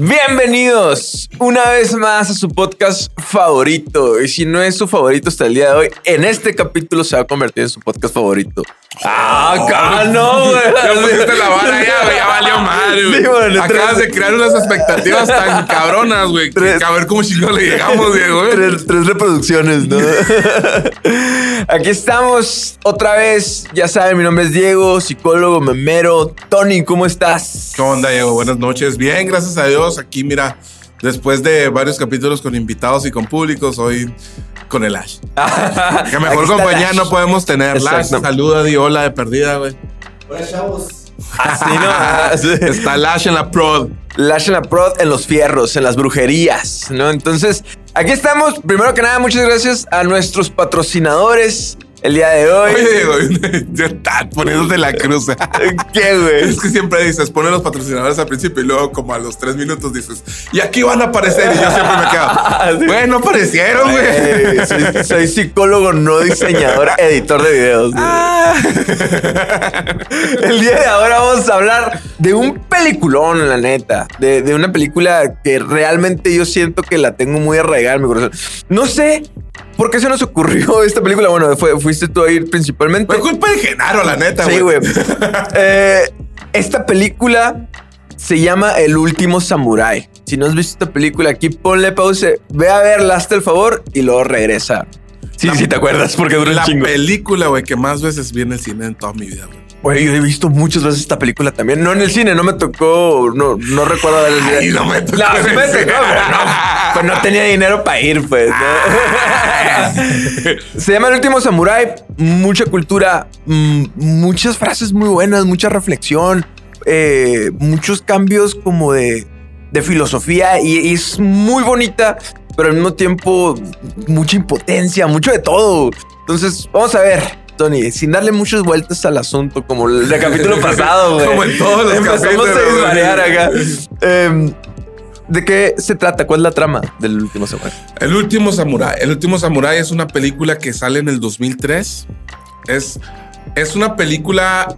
Bienvenidos una vez más a su podcast favorito. Y si no es su favorito hasta el día de hoy, en este capítulo se va a convertir en su podcast favorito. No, güey. Ya pusiste la vara, ya valió madre, güey. Sí, bueno, acabas de crear unas expectativas tan cabronas, güey. A ver cómo chingón le llegamos, Diego, güey. Tres reproducciones, ¿no? Aquí estamos otra vez. Ya saben, mi nombre es Diego, psicólogo, memero. Tony, ¿cómo estás? ¿Cómo onda, Diego? Buenas noches. Bien, gracias a Dios. Aquí, mira, después de varios capítulos con invitados y con públicos, hoy con el Ash. Que mejor compañía no podemos tener. Exacto. Lash, saluda, di hola de perdida, güey. Hola, chavos. Así no. Está Lash en la prod. Lash en la prod, en los fierros, en las brujerías, ¿no? Entonces, aquí estamos. Primero que nada, muchas gracias a nuestros patrocinadores el día de hoy. Oye, Diego, ya está poniéndote la cruz. ¿Qué, güey? Es que siempre dices, ponen los patrocinadores al principio y luego como a los 3 minutos dices, y aquí van a aparecer. Y yo siempre me quedo, sí. Güey, no aparecieron, güey. Soy psicólogo, no diseñador, editor de videos. El día de ahora vamos a hablar de un peliculón, la neta. De una película que realmente yo siento que la tengo muy arraigada en mi corazón. No sé ¿por qué se nos ocurrió esta película? Bueno, fuiste tú a ir principalmente. Fue culpa de Genaro, la neta, güey. Sí, güey. Esta película se llama El Último Samurái. Si no has visto esta película, aquí ponle pausa, ve a verla, hazte el favor y luego regresa. Sí, te acuerdas, porque dura un chingo. La película, güey, que más veces vi en el cine en toda mi vida, güey. Güey, yo he visto muchas veces esta película también. No en el cine, no me tocó. No recuerdo haber el Ay, no me tocó. No, sí me tocó, pero no tenía dinero para ir, pues. ¿No? Se llama El Último Samurái. Mucha cultura, muchas frases muy buenas, mucha reflexión, muchos cambios como de filosofía. Y es muy bonita, pero al mismo tiempo mucha impotencia, mucho de todo. Entonces, vamos a ver. Tony, sin darle muchas vueltas al asunto, como el del capítulo pasado, güey. Como en todos los capítulos. Empezamos a disvariar acá. ¿De qué se trata? ¿Cuál es la trama del Último Samurái? El Último Samurái. El Último Samurái es una película que sale en el 2003. Es una película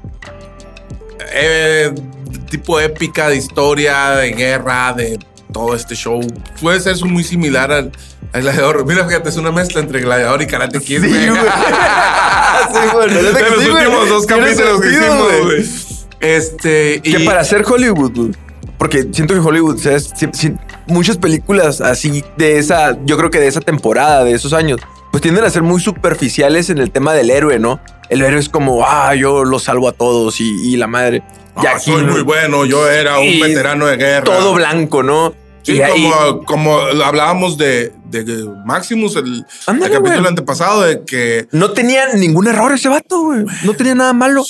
tipo épica, de historia, de guerra, de todo este show. Puede ser muy similar al Gladiador. Mira, fíjate, es una mezcla entre Gladiador y Karate Kid. Sí, güey. Sí, bueno, de los últimos 2 capítulos que hicimos, güey. Que para hacer Hollywood, güey. Porque siento que Hollywood, o sea, muchas películas así de esa, yo creo que de esa temporada, de esos años, pues tienden a ser muy superficiales en el tema del héroe, ¿no? El héroe es como, yo lo salvo a todos y la madre. Y aquí, soy muy bueno, yo era un veterano de guerra. Todo blanco, ¿no? Sí, como hablábamos de Maximus, el capítulo antepasado, de que no tenía ningún error ese vato, güey. No tenía nada malo.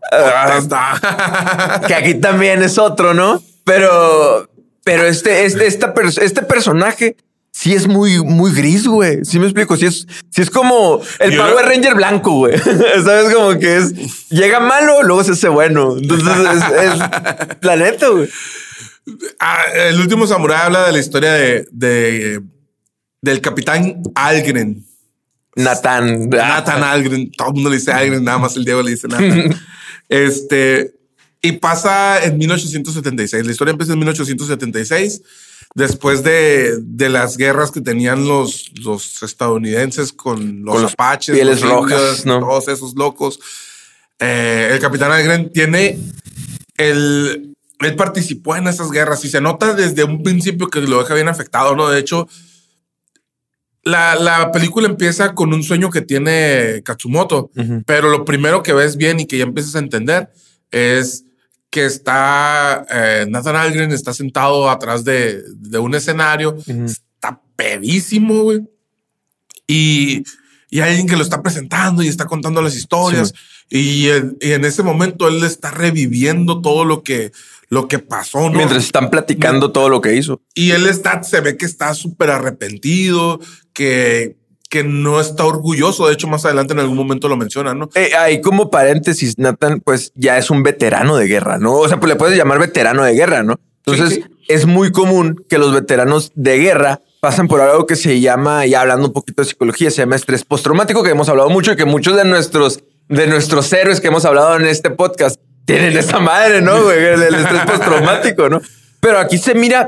Que aquí también es otro, ¿no? Pero este personaje sí es muy, muy gris, güey. Sí me explico. Sí es como el Power Ranger blanco, güey. ¿Sabes? Como que llega malo, luego se hace bueno. Entonces es la neta, güey. El Último Samurái habla de la historia del capitán Algren. Nathan Algren. Todo el mundo le dice Algren, nada más el Diego le dice Nathan. Y pasa en 1876. La historia empieza en 1876. Después de las guerras que tenían los estadounidenses con los apaches, pieles rojas, ¿no? Todos esos locos. El capitán Algren tiene Él participó en esas guerras y se nota desde un principio que lo deja bien afectado, ¿no? De hecho, la película empieza con un sueño que tiene Katsumoto, pero lo primero que ves bien y que ya empiezas a entender es que está Nathan Algren está sentado atrás de un escenario, está pedísimo, güey. Y hay alguien que lo está presentando y está contando las historias. Sí. Y en ese momento él está reviviendo todo lo que pasó, ¿no? Mientras están platicando todo lo que hizo. Y él se ve que está súper arrepentido, que no está orgulloso. De hecho, más adelante en algún momento lo menciona, ¿no? Ahí como paréntesis, Nathan, pues ya es un veterano de guerra, ¿no? O sea, pues le puedes llamar veterano de guerra, ¿no? Entonces, sí. Es muy común que los veteranos de guerra pasan por algo que se llama, ya hablando un poquito de psicología, se llama estrés postraumático, que hemos hablado mucho y que muchos de nuestros héroes que hemos hablado en este podcast tienen esa madre, ¿no, güey? El estrés postraumático, ¿no? Pero aquí se mira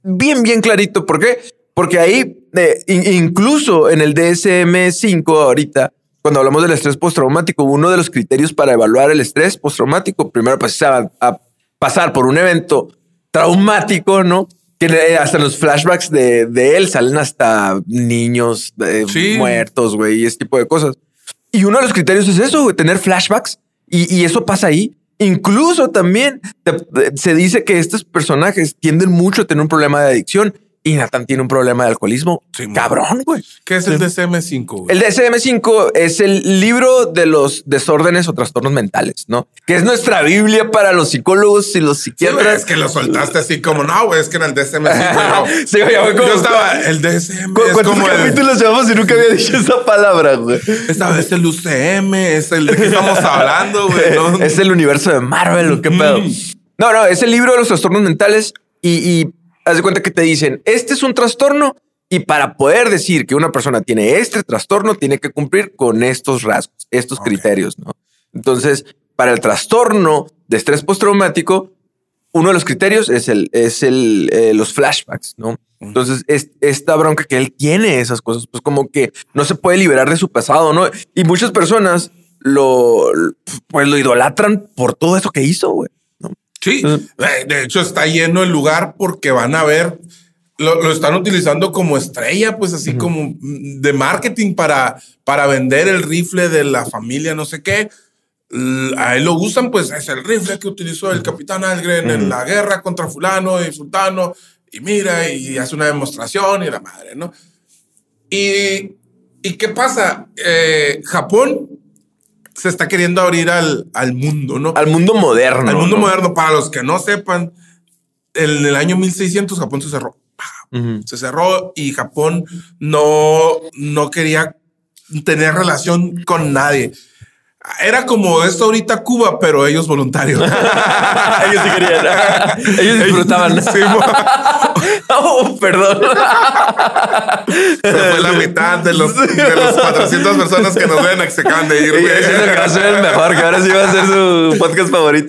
bien, bien clarito. ¿Por qué? Porque ahí, incluso en el DSM-5 ahorita, cuando hablamos del estrés postraumático, uno de los criterios para evaluar el estrés postraumático, primero pues a pasar por un evento traumático, ¿no? Que hasta en los flashbacks de él salen hasta niños muertos, güey, y ese tipo de cosas. Y uno de los criterios es eso, güey, tener flashbacks. Y eso pasa ahí. Incluso también se dice que estos personajes tienden mucho a tener un problema de adicción. Y Nathan tiene un problema de alcoholismo. Sí, cabrón, güey. ¿Qué es el DSM-5? Güey? El DSM-5 es el libro de los desórdenes o trastornos mentales, ¿no? Que es nuestra Biblia para los psicólogos y los psiquiatras. Sí, güey, es que lo soltaste así como, no, güey, es que en el DSM-5 no. Sí, güey, yo estaba, el DSM ¿Cuántos capítulos llevamos y nunca había dicho esa palabra, güey? Esta vez el UCM, es el de que estamos hablando, güey. ¿No? Es el universo de Marvel, ¿o qué pedo? No, es el libro de los trastornos mentales y haz de cuenta que te dicen, este es un trastorno y para poder decir que una persona tiene este trastorno, tiene que cumplir con estos rasgos, estos criterios, ¿no? Entonces, para el trastorno de estrés postraumático, uno de los criterios es los flashbacks, ¿no? Entonces, esta bronca que él tiene esas cosas, pues como que no se puede liberar de su pasado, ¿no? Y muchas personas lo idolatran por todo eso que hizo, güey. Sí, de hecho está lleno el lugar porque van a ver, lo están utilizando como estrella, pues así como de marketing para vender el rifle de la familia, no sé qué. A él lo usan, pues es el rifle que utilizó el Capitán Algren en la guerra contra fulano y sultano. Y mira, y hace una demostración y la madre, ¿no? ¿Y qué pasa? Japón se está queriendo abrir al mundo, ¿no? Al mundo moderno. Al mundo moderno. Para los que no sepan, en el año 1600 Japón se cerró. Se cerró y Japón no quería tener relación con nadie. Era como esto ahorita Cuba, pero ellos voluntarios. Ellos sí querían. Ellos disfrutaban. Sí, oh, perdón. Se fue la mitad de los 400 personas que nos ven que se acaban de ir. Diciendo que va a ser el mejor, que ahora sí va a ser su podcast favorito.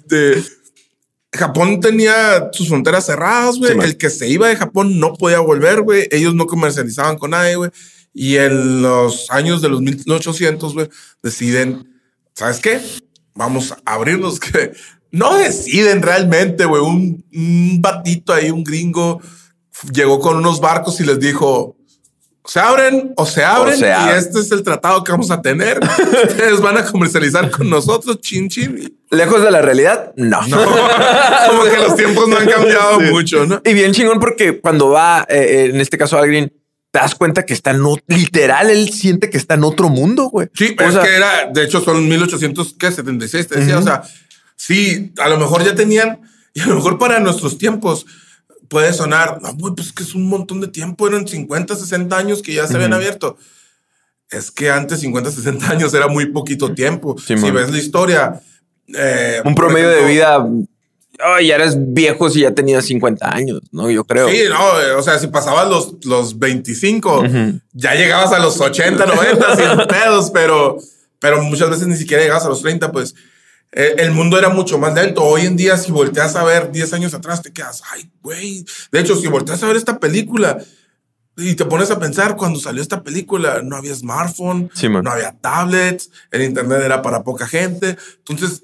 Japón tenía sus fronteras cerradas, güey. Sí, el que se iba de Japón no podía volver, güey. Ellos no comercializaban con nadie, güey. Y en los años de los 1800, güey, deciden, ¿sabes qué? Vamos a abrirnos. Que no deciden realmente, güey. Un batito ahí, un gringo, llegó con unos barcos y les dijo, se abren o se abren. Y este es el tratado que vamos a tener. Ustedes van a comercializar con nosotros, chin, chin. Lejos de la realidad, no. Como que los tiempos no han cambiado mucho, ¿no? Y bien chingón porque cuando va, en este caso, Algren, te das cuenta que está literal, él siente que está en otro mundo, güey. Sí, o sea, que era, de hecho, son 1876, te decía. O sea, sí, a lo mejor ya tenían, y a lo mejor para nuestros tiempos puede sonar, no, güey, pues que es un montón de tiempo, eran 50, 60 años que ya se habían abierto. Es que antes 50, 60 años era muy poquito tiempo. Sí, si ves la historia. Un promedio de vida. Ya eres viejo si ya tenías 50 años, ¿no? Yo creo. Sí, no, o sea, si pasabas los 25, ya llegabas a los 80, 90, sin pedos, pero muchas veces ni siquiera llegabas a los 30, pues el mundo era mucho más lento. Hoy en día, si volteas a ver 10 años atrás, te quedas, ay, güey. De hecho, si volteas a ver esta película y te pones a pensar, cuando salió esta película, no había smartphone, sí, no había tablets, el internet era para poca gente. Entonces,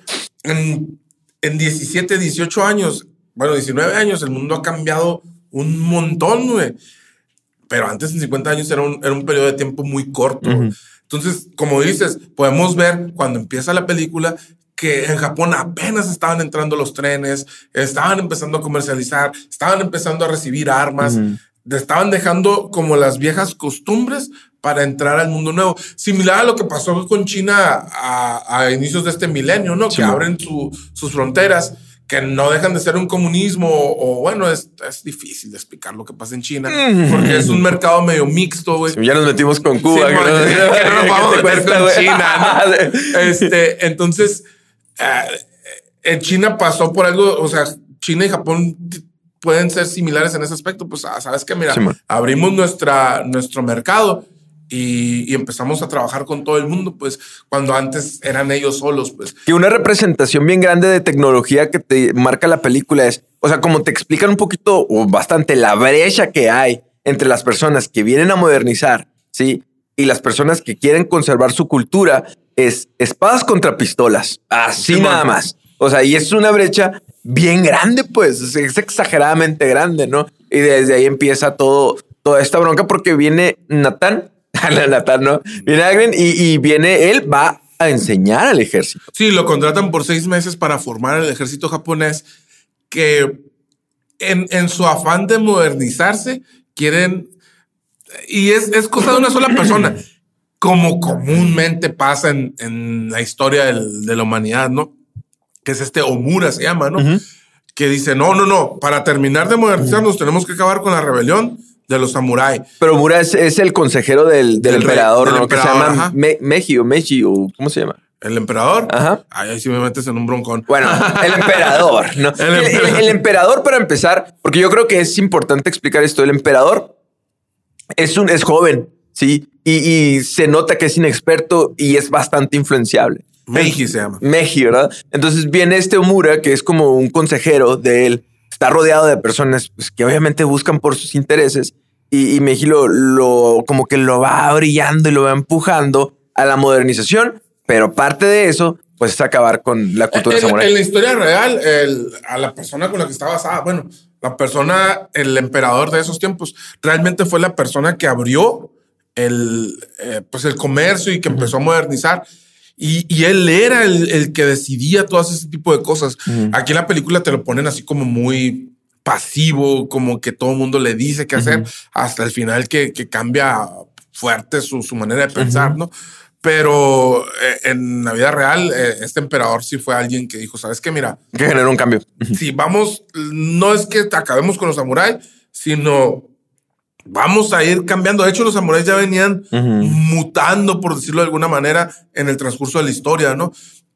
en 17, 18 años, bueno, 19 años, el mundo ha cambiado un montón, güey. Pero antes, en 50 años, era un periodo de tiempo muy corto. Entonces, como dices, podemos ver cuando empieza la película que en Japón apenas estaban entrando los trenes, estaban empezando a comercializar, estaban empezando a recibir armas, estaban dejando como las viejas costumbres para entrar al mundo nuevo. Similar a lo que pasó con China a inicios de este milenio, ¿no? Sí, que abren sus fronteras, que no dejan de ser un comunismo, o bueno, es difícil de explicar lo que pasa en China, porque es un mercado medio mixto, güey. Sí, ya nos metimos con Cuba. Sí, que no nos vamos a meter con China, ¿no? Entonces, en China pasó por algo, o sea, China y Japón pueden ser similares en ese aspecto. Pues, ¿sabes qué? Mira, abrimos nuestro mercado. y empezamos a trabajar con todo el mundo, pues cuando antes eran ellos solos, pues. Que una representación bien grande de tecnología que te marca la película es, o sea, como te explican un poquito o bastante la brecha que hay entre las personas que vienen a modernizar, ¿sí? Y las personas que quieren conservar su cultura, es espadas contra pistolas, así sí, nada más. O sea, y es una brecha bien grande, pues es exageradamente grande, ¿no? Y desde ahí empieza toda esta bronca porque viene Nathan, ¿no? Viene Algren y viene él, va a enseñar al ejército. Sí, lo contratan por 6 meses para formar el ejército japonés que en su afán de modernizarse quieren, y es cosa de una sola persona, como comúnmente pasa en la historia de la humanidad, ¿no? Que es Omura, se llama, ¿no? Que dice, no, para terminar de modernizarnos tenemos que acabar con la rebelión de los samuráis. Pero Omura es el consejero del emperador, ¿no? Emperador, que se llama Meiji, o ¿cómo se llama? ¿El emperador? Ajá. Ahí sí me metes en un broncón. Bueno, el emperador, ¿no? El emperador, para empezar, porque yo creo que es importante explicar esto. El emperador es joven, ¿sí? Y se nota que es inexperto y es bastante influenciable. Meiji se llama. Meiji, ¿verdad? Entonces viene Omura, que es como un consejero de él. Está rodeado de personas pues, que obviamente buscan por sus intereses y Meiji como que lo va brillando y lo va empujando a la modernización, pero parte de eso pues es acabar con la cultura samurái. En la historia real, a la persona con la que está basada, bueno, el emperador de esos tiempos, realmente fue la persona que abrió el comercio y que empezó a modernizar. Y él era el que decidía todo ese tipo de cosas. Aquí en la película te lo ponen así como muy pasivo, como que todo el mundo le dice qué hacer, hasta el final que cambia fuerte su manera de pensar, ¿no? Pero en la vida real, este emperador sí fue alguien que dijo, ¿sabes qué? Mira. Que generó un cambio. Si vamos, no es que acabemos con los samuráis, sino vamos a ir cambiando. De hecho, los samuráis ya venían mutando, por decirlo de alguna manera, en el transcurso de la historia, ¿no?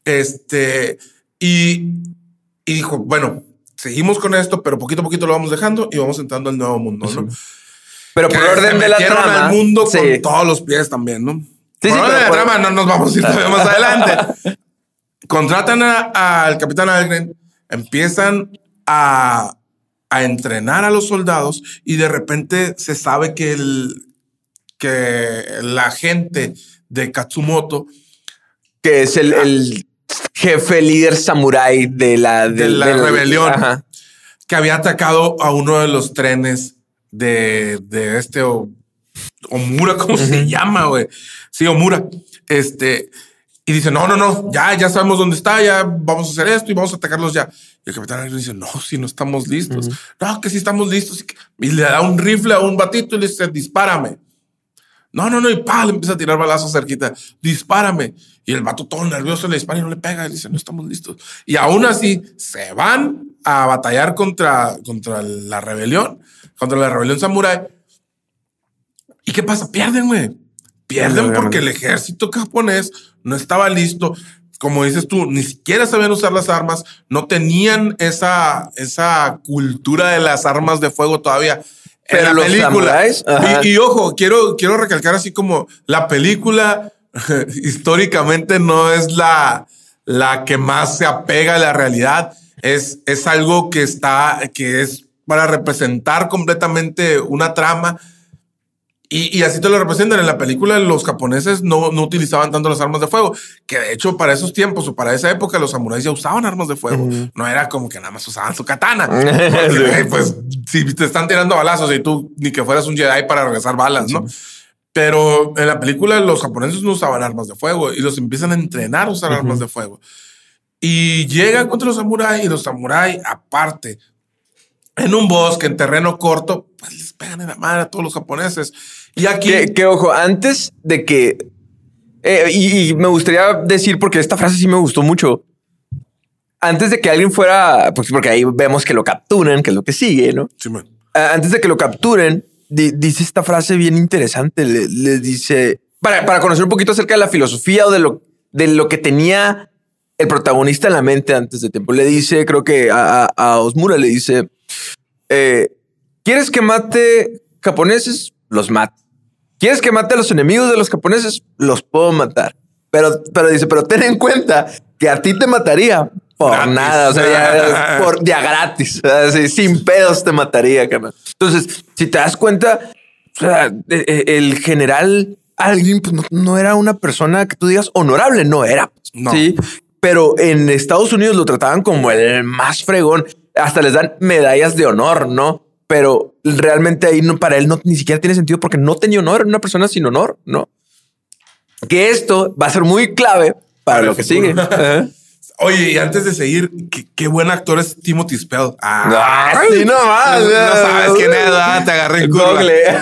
Y dijo, bueno, seguimos con esto, pero poquito a poquito lo vamos dejando y vamos entrando al nuevo mundo, ¿no? Pero por orden de la trama, al mundo con todos los pies también, ¿no? Sí, por orden de la trama no nos vamos a ir todavía más adelante. Contratan al capitán Algren, empiezan a entrenar a los soldados y de repente se sabe que la gente de Katsumoto, que es el jefe líder samurái de la rebelión, que había atacado a uno de los trenes de Omura, ¿cómo se llama, güey? Sí, Omura. Y dice, no, ya sabemos dónde está, ya vamos a hacer esto y vamos a atacarlos ya. Y el capitán dice, no, si no estamos listos. No, que sí estamos listos. Y le da un rifle a un batito y le dice, dispárame. No, y le empieza a tirar balazos cerquita. Dispárame. Y el vato todo nervioso le dispara y no le pega. Y dice, no estamos listos. Y aún así se van a batallar contra la rebelión samurái. ¿Y qué pasa? Pierden, güey. Pierden porque el ejército japonés no estaba listo. Como dices tú, ni siquiera sabían usar las armas. No tenían esa cultura de las armas de fuego todavía. Pero en la película. Y ojo, quiero recalcar así como la película históricamente no es la que más se apega a la realidad. Es algo que es para representar completamente una trama. Y así te lo representan. En la película los japoneses no utilizaban tanto las armas de fuego, que de hecho para esos tiempos o para esa época los samuráis ya usaban armas de fuego. No era como que nada más usaban su katana. Porque, pues si te están tirando balazos y tú ni que fueras un Jedi para regresar balas, ¿no? Pero en la película los japoneses no usaban armas de fuego y los empiezan a entrenar a usar armas de fuego. Y llegan contra los samuráis y los samuráis aparte en un bosque, en terreno corto, pues les pegan en la madre a todos los japoneses. Y aquí... Que ojo, antes de que... y me gustaría decir, porque esta frase sí me gustó mucho, antes de que alguien fuera... Pues porque ahí vemos que lo capturan, que es lo que sigue, ¿no? Sí, man. Antes de que lo capturen, dice esta frase bien interesante. Le dice... Para conocer un poquito acerca de la filosofía o de lo que tenía el protagonista en la mente antes de tiempo. Le dice, creo que a Omura le dice... ¿quieres que mate japoneses? Los mato. ¿quieres que mate a los enemigos de los japoneses? Los puedo matar. Pero dice, pero ten en cuenta que a ti te mataría por gratis. Nada. O sea, ya gratis. O sea, sin pedos te mataría, carnal. Entonces, si te das cuenta, o sea, el general alguien pues, no era una persona que tú digas honorable, no era. No. Sí, pero en Estados Unidos lo trataban como el más fregón. Hasta les dan medallas de honor, ¿no? Pero realmente ahí no, para él no ni siquiera tiene sentido porque no tenía honor, era una persona sin honor, ¿no? Que esto va a ser muy clave para lo que sigue. Oye, y antes de seguir, qué buen actor es Timothy Spell. Sí, no más. No sabes quién es, ¿verdad? Te agarré en curva.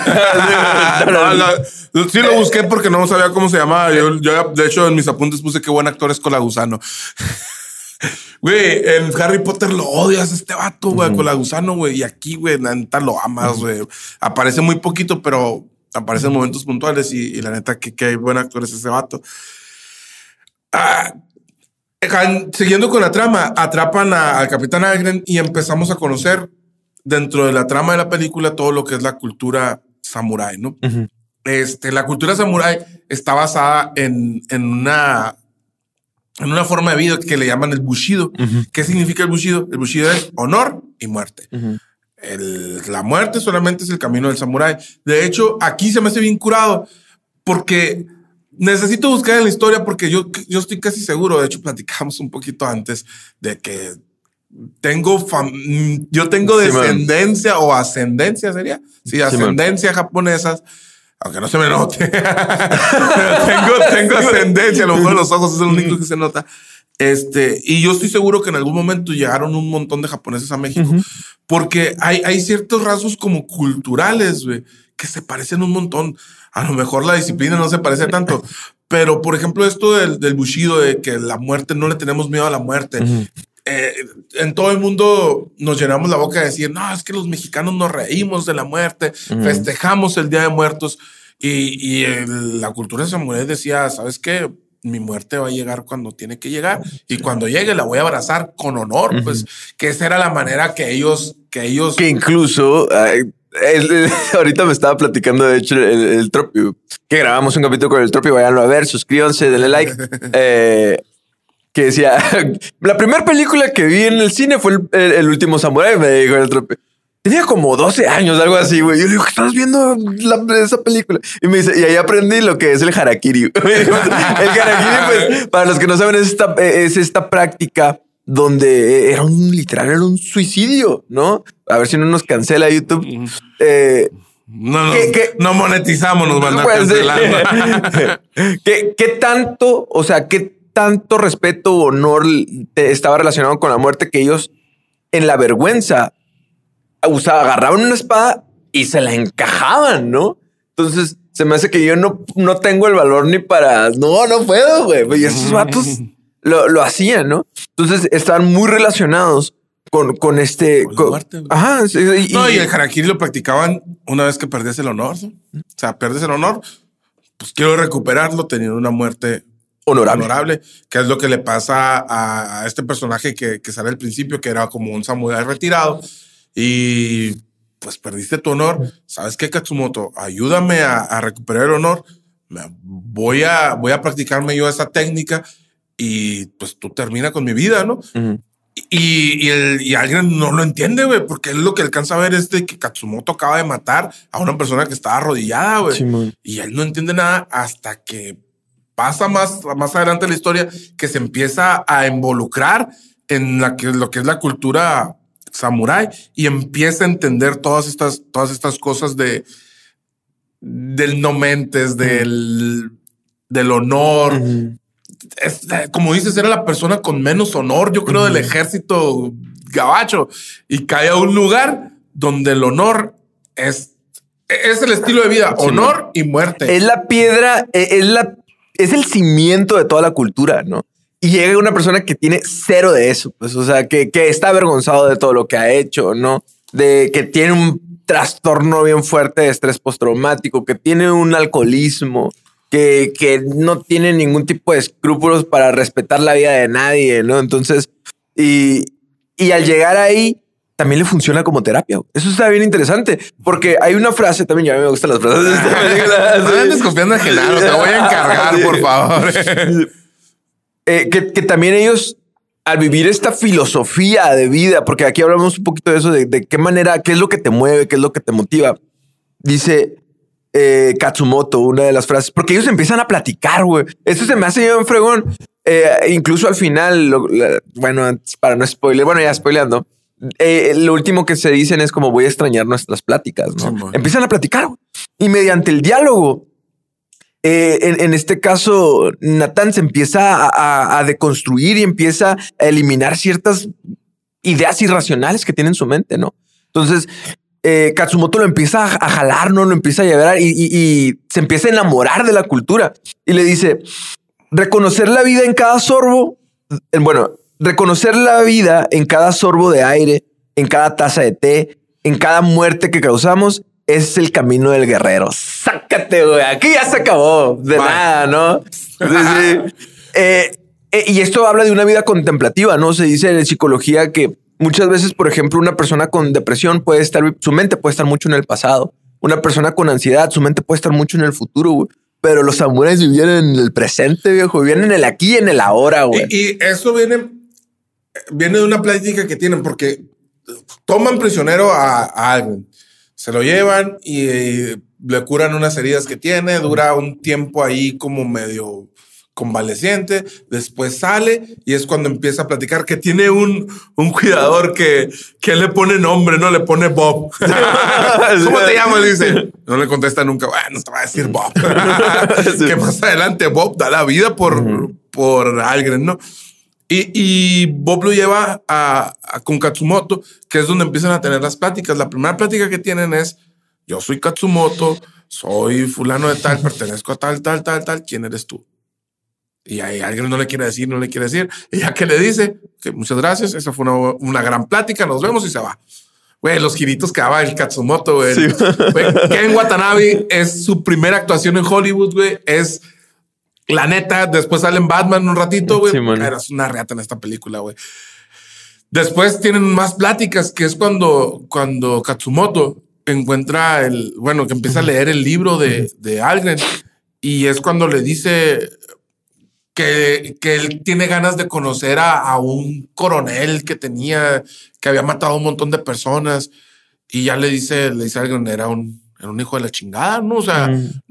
Sí lo busqué porque no sabía cómo se llamaba. Yo, de hecho, en mis apuntes puse qué buen actor es Colagusano. Güey, en Harry Potter lo odias este vato, güey, Colagusano, güey. Y aquí, güey, la neta lo amas, güey. Aparece muy poquito, pero aparece en momentos puntuales y la neta que buen actor es ese vato. Siguiendo con la trama, atrapan al Capitán Algren y empezamos a conocer dentro de la trama de la película todo lo que es la cultura samurái, ¿no? La cultura samurái está basada en una forma de vida que le llaman el Bushido. ¿Qué significa el Bushido? El Bushido es honor y muerte. La muerte solamente es el camino del samurái. De hecho, aquí se me hace bien curado porque necesito buscar en la historia porque yo estoy casi seguro. De hecho, platicamos un poquito antes de que yo tengo descendencia o ascendencia, ¿sería? Sí, ascendencia japonesa. Aunque no se me note. tengo ascendencia. A lo mejor los ojos es lo único que se nota. Y yo estoy seguro que en algún momento llegaron un montón de japoneses a México porque hay ciertos rasgos como culturales, güey, que se parecen un montón. A lo mejor la disciplina no se parece tanto, pero por ejemplo esto del Bushido, de que la muerte, no le tenemos miedo a la muerte. En todo el mundo nos llenamos la boca de decir, no, es que los mexicanos nos reímos de la muerte, festejamos el Día de Muertos y la cultura samurái decía, ¿sabes qué? Mi muerte va a llegar cuando tiene que llegar y cuando llegue la voy a abrazar con honor, pues que esa era la manera que ellos... Que incluso... ahorita me estaba platicando, de hecho, el Tropio, que grabamos un capítulo con el Tropio. Váyanlo a ver, suscríbanse, denle like. Que decía, la primera película que vi en el cine fue el último Samurái, me dijo el Tropio. Tenía como 12 años, algo así, güey. Yo le digo, ¿qué estás viendo esa película? Y me dice, y ahí aprendí lo que es el harakiri. El harakiri, pues, para los que no saben, es esta práctica donde era un suicidio, ¿no? A ver si no nos cancela YouTube. No monetizamos, nos van a cancelar. ¿Qué tanto, o sea, qué tanto respeto o honor estaba relacionado con la muerte que ellos en la vergüenza agarraban una espada y se la encajaban, ¿no? Entonces se me hace que yo no tengo el valor ni para... No puedo, güey. Y esos vatos lo hacían, ¿no? Entonces estaban muy relacionados con este... Con la muerte, ajá. Y el harakiri lo practicaban una vez que perdías el honor, ¿no? O sea, pierdes el honor, pues quiero recuperarlo teniendo una muerte honorable, que es lo que le pasa a este personaje que sale al principio, que era como un samurái retirado y pues perdiste tu honor. ¿Sabes qué, Katsumoto? Ayúdame a recuperar el honor. Voy a practicarme yo esa técnica y pues tú termina con mi vida, ¿no? Y alguien no lo entiende, güey, porque él lo que alcanza a ver es de que Katsumoto acaba de matar a una persona que estaba arrodillada, güey. Sí, y él no entiende nada hasta que pasa más adelante en la historia, que se empieza a involucrar en lo que es la cultura samurái y empieza a entender todas estas cosas del no mentes, del honor. Como dices, era la persona con menos honor, yo creo, del ejército gabacho, y cae a un lugar donde el honor es el estilo de vida, honor y muerte. Es la piedra, es el cimiento de toda la cultura, ¿no? Y llega una persona que tiene cero de eso, pues, o sea, que está avergonzado de todo lo que ha hecho, ¿no? De que tiene un trastorno bien fuerte de estrés postraumático, que tiene un alcoholismo, que no tiene ningún tipo de escrúpulos para respetar la vida de nadie, ¿no? Entonces, y al llegar ahí, también le funciona como terapia. Eso está bien interesante porque hay una frase también. Ya me gustan las frases. No andes copiando a Genaro, te voy a encargar, por favor. Que también ellos, al vivir esta filosofía de vida, porque aquí hablamos un poquito de eso, de qué manera, qué es lo que te mueve, qué es lo que te motiva. Dice Katsumoto, una de las frases, porque ellos empiezan a platicar, güey. Esto se me hace bien fregón. Incluso al final, bueno, para no spoiler, bueno, ya spoileando, lo último que se dicen es como voy a extrañar nuestras pláticas, ¿no? Sí, empiezan a platicar, güey. Y mediante el diálogo, en este caso, Nathan se empieza a deconstruir y empieza a eliminar ciertas ideas irracionales que tiene en su mente, ¿no? Entonces, Katsumoto lo empieza a jalar, ¿no? Lo empieza a llevar y se empieza a enamorar de la cultura. Y le dice, reconocer la vida en cada sorbo, reconocer la vida en cada sorbo de aire, en cada taza de té, en cada muerte que causamos, es el camino del guerrero. Sácate, güey. Aquí ya se acabó. De nada, ¿no? Y esto habla de una vida contemplativa, ¿no? Se dice en psicología que muchas veces, por ejemplo, una persona con depresión su mente puede estar mucho en el pasado. Una persona con ansiedad, su mente puede estar mucho en el futuro, güey. Pero los samuráis vivían en el presente, viejo. Vivían en el aquí y en el ahora, güey. Y eso viene de una plática que tienen, porque toman prisionero a alguien. Se lo llevan y le curan unas heridas que tiene. Dura un tiempo ahí como medio convaleciente. Después sale y es cuando empieza a platicar que tiene un cuidador que le pone nombre, no le pone Bob. ¿Cómo te llamas? Dice. No le contesta nunca. Bueno, te va a decir Bob. Que más adelante Bob da la vida por alguien, ¿no? Y Bob lo lleva con Katsumoto, que es donde empiezan a tener las pláticas. La primera plática que tienen es, yo soy Katsumoto, soy fulano de tal, pertenezco a tal. ¿Quién eres tú? Y ahí alguien no le quiere decir. Y ya que le dice, que muchas gracias, esa fue una gran plática, nos vemos y se va. Güey, los giritos que daba el Katsumoto, güey. Sí. Ken Watanabe es su primera actuación en Hollywood, güey. Es... La neta, después sale en Batman un ratito, güey. Sí, eras una reata en esta película, güey. Después tienen más pláticas, que es cuando Katsumoto encuentra que empieza a leer el libro de Algren. Y es cuando le dice que él tiene ganas de conocer a un coronel que había matado a un montón de personas. Y ya le dice Algren, era un hijo de la chingada, ¿no? O sea,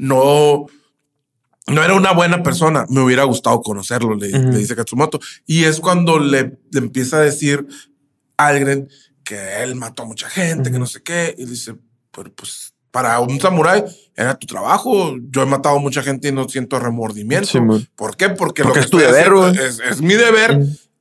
no era una buena persona. Me hubiera gustado conocerlo, le dice Katsumoto. Y es cuando le empieza a decir a Algren que él mató a mucha gente, que no sé qué. Y dice, pero pues para un samurái era tu trabajo. Yo he matado a mucha gente y no siento remordimiento. Sí, ¿por qué? Porque lo que es tu deber, es mi deber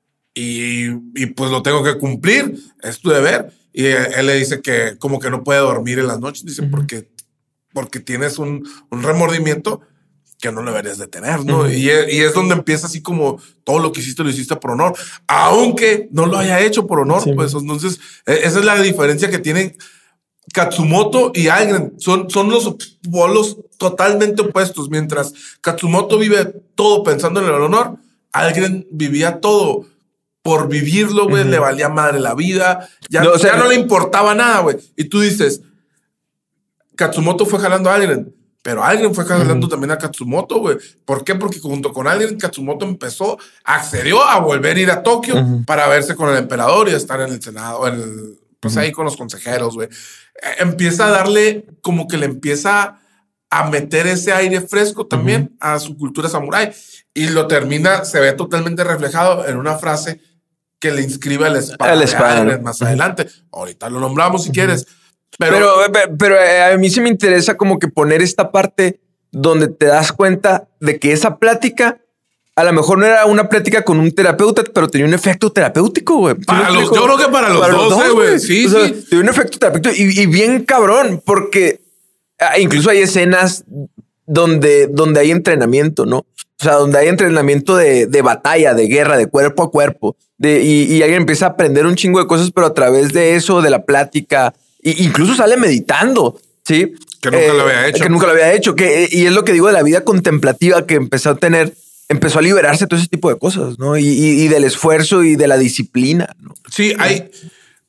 y pues lo tengo que cumplir. Es tu deber. Y él le dice que como que no puede dormir en las noches. Dice, porque tienes un remordimiento que no deberías de tener, ¿no? Y es donde empieza así como todo lo que hiciste, lo hiciste por honor. Aunque no lo haya hecho por honor, pues entonces esa es la diferencia que tienen Katsumoto y Algren. Son los polos totalmente opuestos. Mientras Katsumoto vive todo pensando en el honor, Algren vivía todo por vivirlo, güey. Le valía madre la vida. Ya no le importaba nada, güey. Y tú dices, Katsumoto fue jalando a Algren. Pero Algren fue jalando también a Katsumoto, güey. ¿Por qué? Porque junto con Algren, Katsumoto accedió a volver a ir a Tokio para verse con el emperador y estar en el Senado, pues ahí con los consejeros, güey. Empieza a darle, como que le empieza a meter ese aire fresco también a su cultura samurái. Y lo termina, se ve totalmente reflejado en una frase que le inscribe a la espada más adelante. Ahorita lo nombramos si quieres. Pero a mí sí me interesa como que poner esta parte donde te das cuenta de que esa plática a lo mejor no era una plática con un terapeuta, pero tenía un efecto terapéutico, güey. Yo creo que para los dos, güey. Sí, sí. Tiene un efecto terapéutico y bien cabrón, porque incluso hay escenas donde hay entrenamiento, ¿no? O sea, donde hay entrenamiento de batalla, de guerra, de cuerpo a cuerpo. Y alguien empieza a aprender un chingo de cosas, pero a través de eso, de la plática. Incluso sale meditando, ¿sí? Que nunca lo había hecho. Que nunca lo había hecho. Y es lo que digo de la vida contemplativa que empezó a liberarse todo ese tipo de cosas, ¿no? Y del esfuerzo y de la disciplina, ¿no? Sí,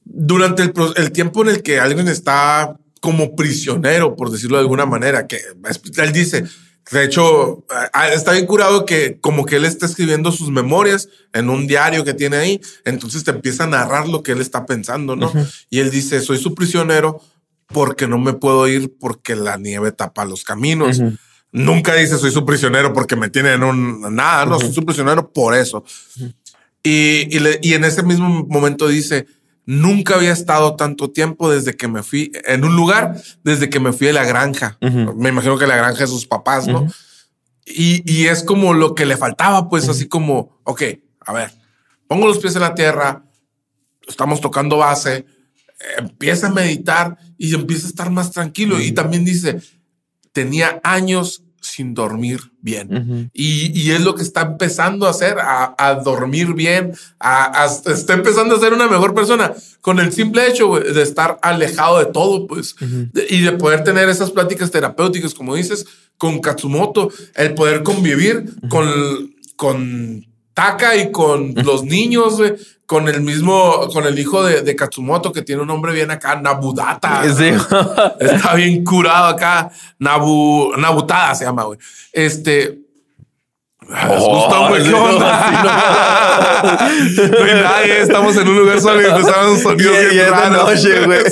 durante el tiempo en el que alguien está como prisionero, por decirlo de alguna manera, que él dice, de hecho, está bien curado que como que él está escribiendo sus memorias en un diario que tiene ahí, entonces te empieza a narrar lo que él está pensando, ¿no? Y él dice, soy su prisionero porque no me puedo ir porque la nieve tapa los caminos. Nunca dice soy su prisionero porque me tiene en nada, no, soy su prisionero por eso. Y en ese mismo momento dice, nunca había estado tanto tiempo desde que me fui en un lugar, desde que me fui de la granja. Me imagino que la granja de sus papás, ¿no? Y es como lo que le faltaba, pues así como, ok, a ver, pongo los pies en la tierra, estamos tocando base, empieza a meditar y empieza a estar más tranquilo. Y también dice, tenía años sin dormir bien. Y es lo que está empezando a hacer, a dormir bien, está empezando a ser una mejor persona con el simple hecho, wey, de estar alejado de todo, pues, y de poder tener esas pláticas terapéuticas, como dices, con Katsumoto, el poder convivir con Taka y con los niños, wey, con el hijo de Katsumoto, que tiene un nombre bien acá, Nabudata. Sí. Está bien curado acá. Nabutada se llama, güey. Gustavo, güey, ¿qué onda? No hay nadie, estamos en un lugar solo y empezaron un sonido bien raro. Noche, güey.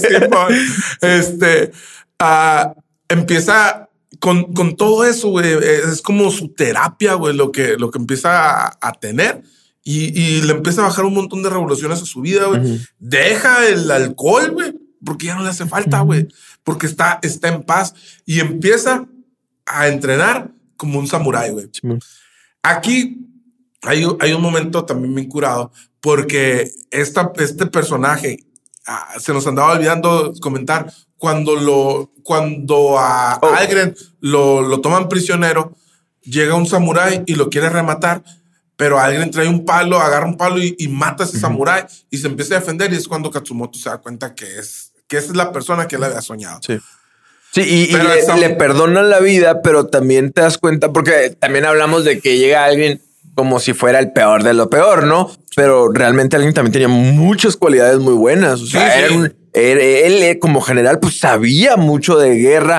Empieza con todo eso, güey. Es como su terapia, güey, lo que empieza a tener. Y le empieza a bajar un montón de revoluciones a su vida, güey. Deja el alcohol, güey, porque ya no le hace falta, güey. Porque está en paz y empieza a entrenar como un samurái, güey. Aquí hay un momento también bien curado porque este personaje se nos andaba olvidando comentar cuando a Algren lo toman prisionero, llega un samurái y lo quiere rematar. Pero alguien trae un palo, agarra un palo y mata a ese samurái y se empieza a defender. Y es cuando Katsumoto se da cuenta que esa es la persona que él había soñado. Sí. Sí, y le perdonan la vida, pero también te das cuenta, porque también hablamos de que llega alguien como si fuera el peor de lo peor, ¿no? Pero realmente alguien también tenía muchas cualidades muy buenas. O sea, él como general pues sabía mucho de guerra,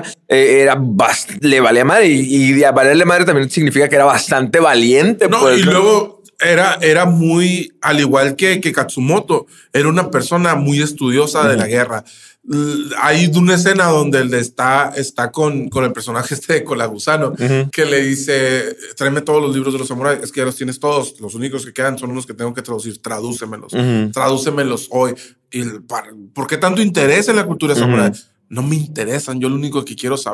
le valía madre y a valerle madre también significa que era bastante valiente. No, pues, y luego era muy, al igual que Katsumoto, era una persona muy estudiosa de la guerra. Hay una escena donde él está con el personaje de Colagusano, que le dice, tráeme todos los libros de los samuráis, es que ya los tienes todos, los únicos que quedan son unos que tengo que traducir, tradúcemelos hoy. ¿Por qué tanto interés en la cultura samurái? No me interesan, yo lo único que quiero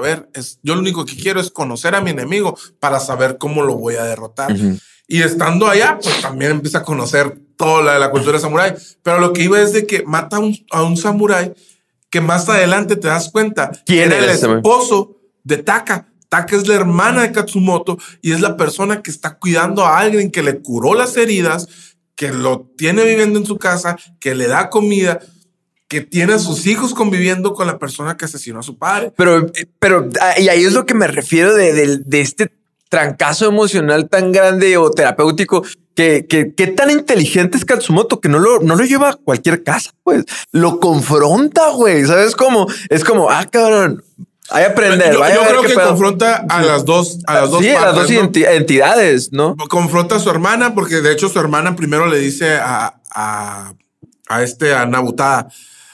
es conocer a mi enemigo para saber cómo lo voy a derrotar. Y estando allá, pues también empieza a conocer toda la cultura samurái. Pero lo que iba es de que mata a un samurái que más adelante te das cuenta que era el esposo de Taka. Taka es la hermana de Katsumoto y es la persona que está cuidando a alguien que le curó las heridas, que lo tiene viviendo en su casa, que le da comida, que tiene a sus hijos conviviendo con la persona que asesinó a su padre. Pero y ahí es lo que me refiero de este trancazo emocional tan grande o terapéutico. ¿Qué tan inteligente es Katsumoto que no lo lleva a cualquier casa, pues lo confronta, güey. ¿Sabes cómo? Es como, cabrón, hay que aprender. Yo creo que confronta a las dos partes, las dos entidades, ¿no? Confronta a su hermana, porque de hecho su hermana primero le dice a Nabutada,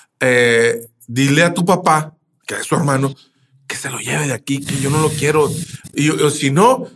dile a tu papá, que es su hermano, que se lo lleve de aquí, que yo no lo quiero. Y si no,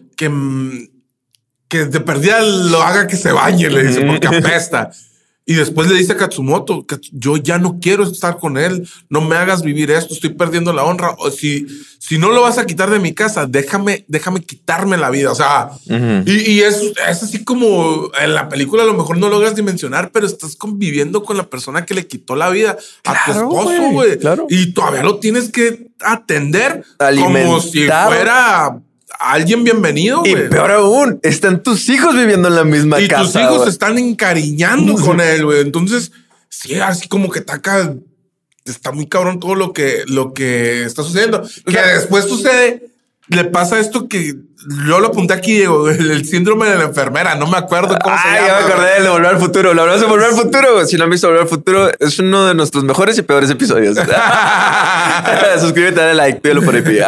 que de perdida lo haga que se bañe, le dice, porque apesta. Y después le dice a Katsumoto que yo ya no quiero estar con él, no me hagas vivir esto, estoy perdiendo la honra. O si no lo vas a quitar de mi casa, déjame quitarme la vida. O sea, y es así como en la película a lo mejor no logras dimensionar, pero estás conviviendo con la persona que le quitó la vida a tu esposo, güey. Claro. Y todavía lo tienes que atender como si fuera alguien bienvenido, güey. Y peor aún, están tus hijos viviendo en la misma casa. Y tus hijos se están encariñando con él, güey. Entonces, sí, así como que Taka está muy cabrón todo lo que está sucediendo. Que después sucede le pasa esto que yo lo apunté aquí, Diego, el síndrome de la enfermera. No me acuerdo cómo se llama. Ya me acordé de Volver al Futuro. Lo hablamos de Volver al Futuro. Si no han visto Volver al Futuro, es uno de nuestros mejores y peores episodios. Suscríbete, dale like, pídelo por ahí.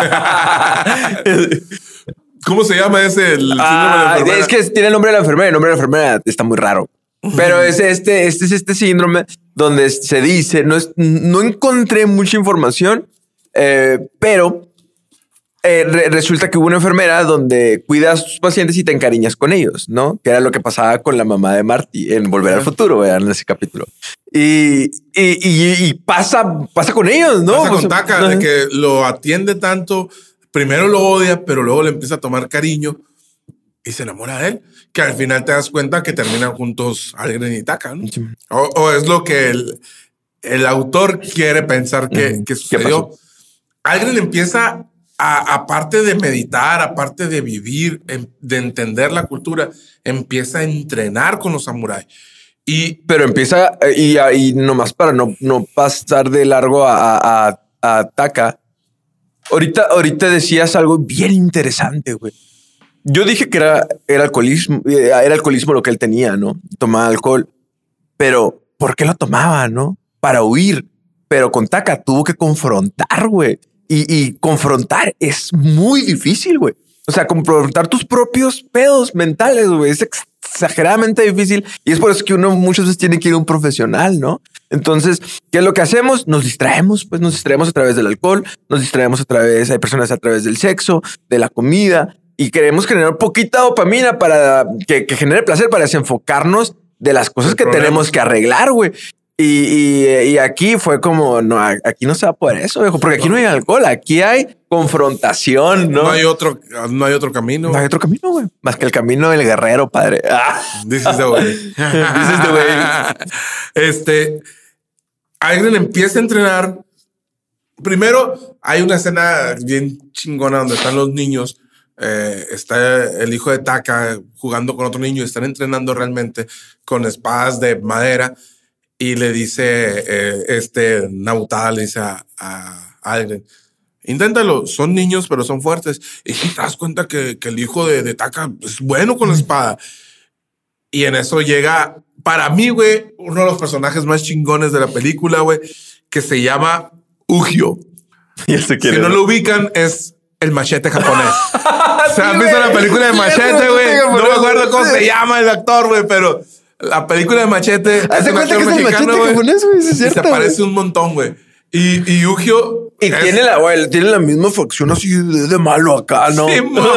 ¿Cómo se llama ese? El síndrome de la enfermera. Es que tiene el nombre de la enfermera. El nombre de la enfermera está muy raro. Pero es este síndrome donde se dice, no encontré mucha información, pero resulta que hubo una enfermera donde cuidas a tus pacientes y te encariñas con ellos, ¿no? Que era lo que pasaba con la mamá de Marty en Volver al Futuro, vean ese capítulo. Y pasa con ellos, ¿no? Pasa con Taka, de que lo atiende tanto, primero lo odia, pero luego le empieza a tomar cariño y se enamora de él, que al final te das cuenta que terminan juntos Algren y Taka, ¿no? Sí. O es lo que el autor quiere pensar que sucedió. Algren empieza aparte de meditar, aparte de vivir, de entender la cultura, empieza a entrenar con los samuráis. Pero empieza, y nomás para no pasar de largo a Taka, ahorita decías algo bien interesante, güey. Yo dije que era alcoholismo lo que él tenía, ¿no? Tomaba alcohol, pero ¿por qué lo tomaba, no? Para huir. Pero con Taka tuvo que confrontar, güey. Y confrontar es muy difícil, güey. O sea, confrontar tus propios pedos mentales, güey. Es exageradamente difícil. Y es por eso que uno muchas veces tiene que ir a un profesional, ¿no? Entonces, ¿qué es lo que hacemos? Nos distraemos, pues nos distraemos a través del alcohol, nos distraemos hay personas a través del sexo, de la comida, y queremos generar poquita dopamina para que genere placer, para desenfocarnos de las cosas que tenemos que arreglar, güey. Y aquí fue como, no, aquí no se va a poder eso, viejo, porque aquí no hay alcohol, aquí hay confrontación, ¿no? No hay otro camino. No hay otro camino, güey. Más que el camino del guerrero, padre. This is the way. This is the way. Algren empieza a entrenar. Primero, hay una escena bien chingona donde están los niños. Está el hijo de Taka jugando con otro niño y están entrenando realmente con espadas de madera. Y le dice, Nabutada le dice a Algren, inténtalo, son niños, pero son fuertes. Y te das cuenta que el hijo de Taka es bueno con la espada. Y en eso llega, para mí, güey, uno de los personajes más chingones de la película, güey, que se llama Ugyo. Si no lo ubican, es el machete japonés. ¿Se han visto la película de Machete, güey? No me acuerdo cómo se llama el actor, güey, pero... La película de Machete. ¿Hace cuenta que es el machete japonés, güey? Se parece un montón, güey. Y Ugyo... Y tiene la misma facción así de malo acá, ¿no?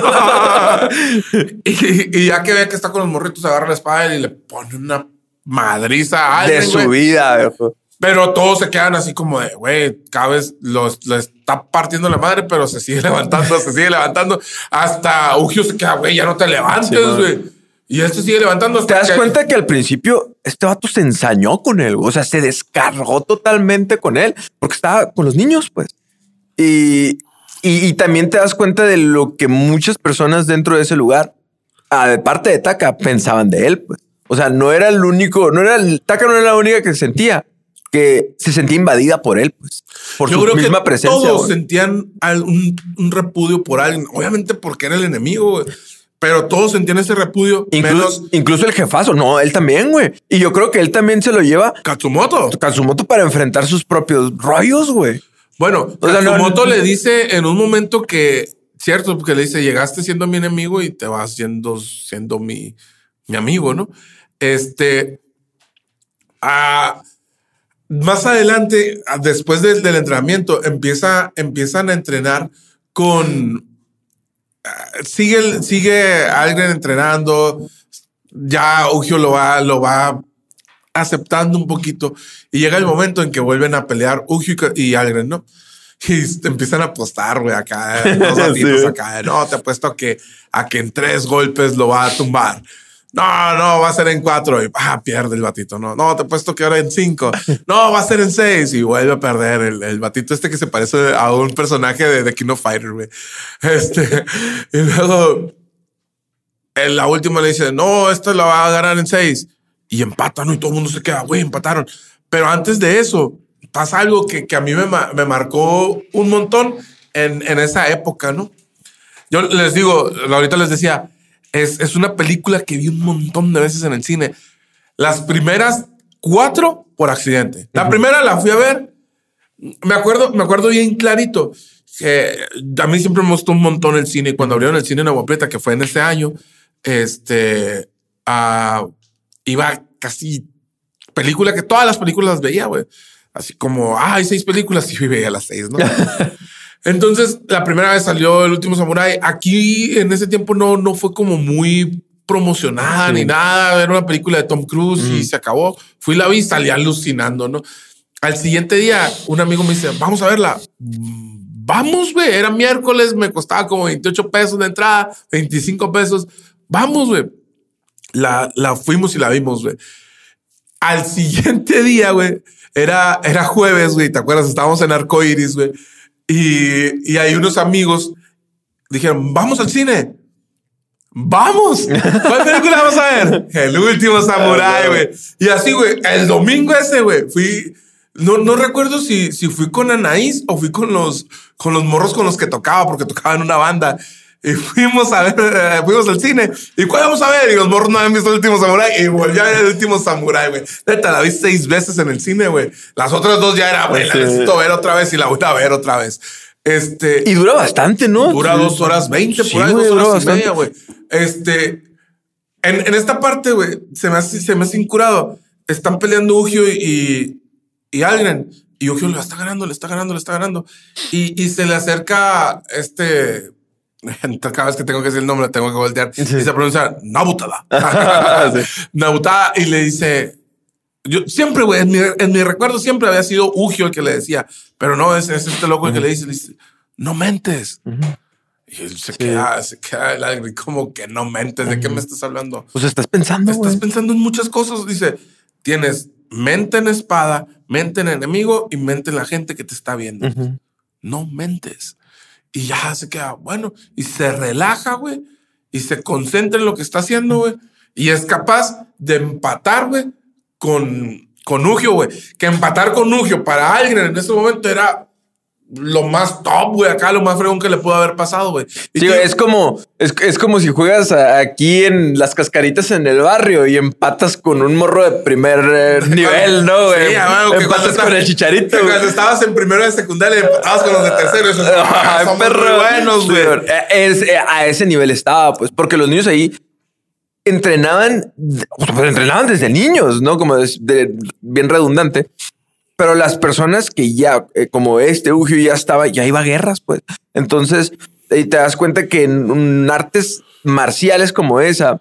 Sí, y ya que ve que está con los morritos, agarra la espada y le pone una madriza a alguien, de su vida, viejo. Pero todos se quedan así como de, güey, cada vez le está partiendo la madre, pero se sigue levantando. Hasta Ugyo se queda, güey, ya no te levantes, güey. Y él se sigue levantando. ¿Te das cuenta que al principio este vato se ensañó con él? O sea, se descargó totalmente con él porque estaba con los niños, pues. Y también te das cuenta de lo que muchas personas dentro de ese lugar, de parte de Taka, pensaban de él, pues. O sea, no era el único, Taka no era la única que se sentía invadida por él, pues. Por Yo su creo misma que presencia. Todos sentían un repudio por alguien, obviamente porque era el enemigo, güey. Pero todos sentían ese repudio. Incluso el jefazo. No, él también, güey. Y yo creo que él también se lo lleva Katsumoto para enfrentar sus propios rollos, güey. Bueno, Katsumoto le dice en un momento que, cierto, porque le dice, llegaste siendo mi enemigo y te vas siendo mi amigo, ¿no? Más adelante, después del entrenamiento, empiezan a entrenar con... Sigue Algren entrenando, ya Ugyo lo va aceptando un poquito y llega el momento en que vuelven a pelear Ugyo y Algren, ¿no? Y empiezan a apostar, güey, acá, dos ratitos sí. Acá, no, te apuesto a que en 3 golpes lo va a tumbar. No, va a ser en 4 y pierde el batito. No, te he puesto que ahora en 5. No, va a ser en 6 y vuelve a perder el batito que se parece a un personaje de King of Fighter, güey. Y luego en la última le dice, no, esto la va a ganar en 6 y empatan, ¿no? Y todo el mundo se queda, güey, empataron. Pero antes de eso pasa algo que a mí me marcó un montón en esa época, ¿no? Yo les digo, ahorita les decía, es una película que vi un montón de veces en el cine. Las primeras 4 por accidente. La primera la fui a ver. Me acuerdo bien clarito que a mí siempre me gustó un montón el cine. Y cuando abrieron el cine en Agua Prieta, que fue en ese año, iba casi película que todas las películas las veía, güey. Así como, hay 6 películas y veía las 6, ¿no? Entonces, la primera vez salió El Último Samurái. Aquí en ese tiempo no fue como muy promocionada ni nada. Era una película de Tom Cruise y se acabó. Fui, la vi y salí alucinando, ¿no? Al siguiente día, un amigo me dice, vamos a verla. Vamos, güey. Era miércoles, me costaba como 28 pesos de entrada, 25 pesos. Vamos, güey. La fuimos y la vimos, güey. Al siguiente día, güey, era jueves, güey. ¿Te acuerdas? Estábamos en Arcoiris, güey. Y hay unos amigos dijeron, vamos al cine. ¡Vamos! ¿Cuál película vamos a ver? El Último Samurái, güey. Y así, güey, el domingo ese, güey, fui... No recuerdo si fui con Anaís o fui con los morros con los que tocaba, porque tocaba en una banda. Y fuimos al cine. ¿Y cuál vamos a ver? Y los morros no habían visto El Último Samurái. Y volví a ver El Último Samurái, güey. Neta, la vi 6 veces en el cine, güey. Las otras 2 ya era, güey, la necesito ver otra vez y la voy a ver otra vez. Y dura bastante, ¿no? Dura 2 horas 20, por ahí, 2 horas y media, güey. En esta parte, güey, se me hace incurado. Están peleando Ugio y Algren. Y Ugio le está ganando. Y se le acerca cada vez que tengo que decir el nombre, tengo que voltear. Sí. Y se pronuncia Nabutada. Sí. Nabutada, y le dice... Yo siempre, güey, en mi recuerdo siempre había sido Ugio el que le decía, pero no, es este loco el que le dice, no mentes. Y él se queda el aire, como que no mentes, ¿de qué me estás hablando? Pues estás pensando, Estás pensando en muchas cosas. Dice, tienes mente en espada, mente en enemigo y mente en la gente que te está viendo. No mentes. Y ya se queda, bueno, y se relaja, güey, y se concentra en lo que está haciendo, güey, y es capaz de empatar, güey, con Ugio, güey. Que empatar con Ugio para alguien en ese momento era lo más top, güey. Acá lo más fregón que le pudo haber pasado, güey. Sí, es como si juegas aquí en las cascaritas en el barrio y empatas con un morro de primer nivel, ¿no, güey? Sí, empatas con el Chicharito. Cuando estabas en primero de secundaria y empatabas con los de tercero. Son perros buenos, güey. A ese nivel estaba, pues, porque los niños ahí entrenaban desde niños, ¿no? Como bien redundante. Pero las personas que ya, como Ugio ya iba a guerras, pues. Entonces, te das cuenta que en artes marciales como esa,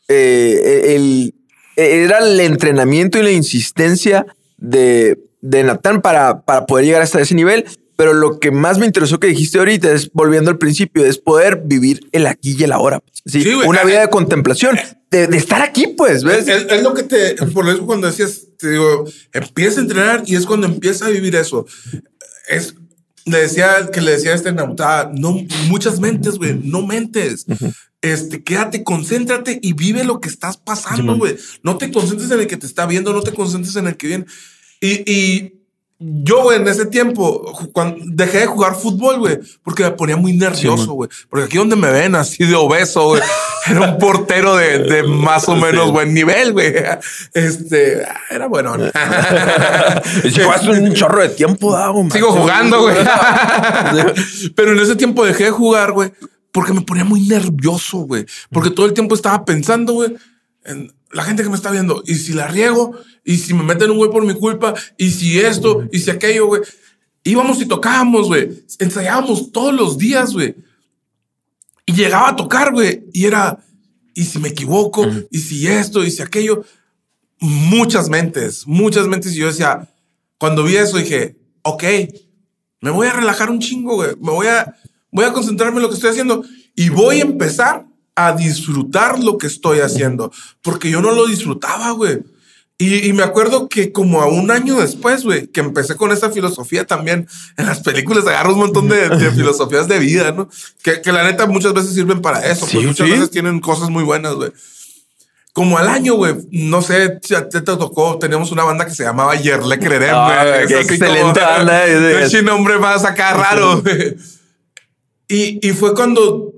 era el entrenamiento y la insistencia de Natán para poder llegar hasta ese nivel. Pero lo que más me interesó que dijiste ahorita es, volviendo al principio, es poder vivir el aquí y el ahora. Sí, una vida de contemplación, de estar aquí, pues, ¿ves? Es lo que por eso cuando decías, te digo, empieza a entrenar y es cuando empieza a vivir eso. Le decía Nabutada, no, muchas mentes, güey, no mentes. Quédate, concéntrate y vive lo que estás pasando, güey. No te concentres en el que te está viendo, no te concentres en el que viene. Y yo, güey, en ese tiempo, cuando dejé de jugar fútbol, güey, porque me ponía muy nervioso, güey. Porque aquí donde me ven así de obeso, güey, era un portero de más o menos buen nivel, güey. Era bueno. Llevaste un chorro de tiempo, güey. Sigo jugando, güey. Pero en ese tiempo dejé de jugar, güey, porque me ponía muy nervioso, güey. Porque todo el tiempo estaba pensando, güey, en la gente que me está viendo. Y si la riego, y si me meten un güey por mi culpa, y si esto, y si aquello, güey. Íbamos y tocábamos, güey. Ensayábamos todos los días, güey. Y llegaba a tocar, güey. Y era, y si me equivoco, y si esto, y si aquello. Muchas mentes. Y yo decía, cuando vi eso, dije, ok, me voy a relajar un chingo, güey. Voy a concentrarme en lo que estoy haciendo. Y voy a empezar a disfrutar lo que estoy haciendo. Porque yo no lo disfrutaba, güey. Y me acuerdo que como a un año después, güey, que empecé con esa filosofía también. En las películas agarro un montón de filosofías de vida, ¿no? Que la neta muchas veces sirven para eso. Sí, pues muchas veces tienen cosas muy buenas, güey. Como al año, güey, no sé si a ti te tocó, teníamos una banda que se llamaba Yerle Crerem, güey. Qué excelente banda. Es un nombre más acá raro, güey. Y fue cuando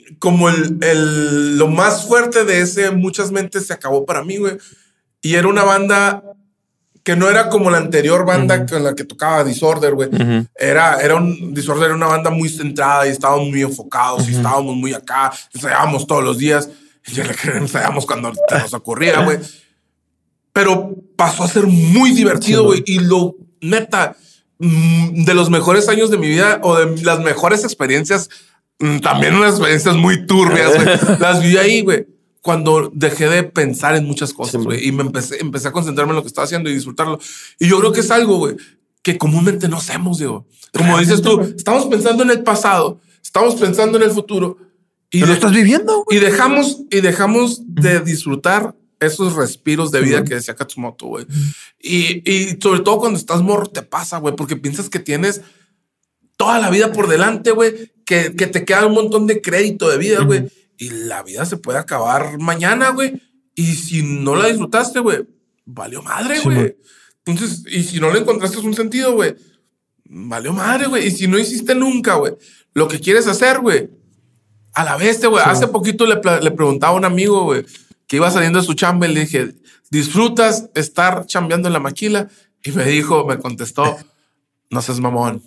como lo más fuerte de ese Muchas Mentes se acabó para mí, güey. Y era una banda que no era como la anterior banda con la que tocaba Disorder, güey. Disorder era una banda muy centrada y estábamos muy enfocados y estábamos muy acá. Ensayábamos todos los días. Y ya ensayábamos cuando nos ocurría, güey. Pero pasó a ser muy divertido, güey. Y neta, de los mejores años de mi vida o de las mejores experiencias, también unas experiencias muy turbias, güey. Las viví ahí, güey. Cuando dejé de pensar en muchas cosas, güey, y me empecé a concentrarme en lo que estaba haciendo y disfrutarlo. Y yo creo que es algo, güey, que comúnmente no hacemos, digo. Como dices tú, estamos pensando en el pasado, estamos pensando en el futuro. Y lo estás viviendo, güey. Y dejamos de disfrutar esos respiros de vida que decía Katsumoto, güey. Y sobre todo cuando estás morro te pasa, güey, porque piensas que tienes toda la vida por delante, güey, que te queda un montón de crédito de vida, güey. Y la vida se puede acabar mañana, güey. Y si no la disfrutaste, güey, valió madre, güey. Entonces, y si no le encontraste un sentido, güey, valió madre, güey. Y si no hiciste nunca, güey, lo que quieres hacer, güey, a la bestia, güey. Hace poquito le preguntaba a un amigo, güey, que iba saliendo de su chamba y le dije, ¿disfrutas estar chambeando en la maquila? Y me contestó, no seas mamón.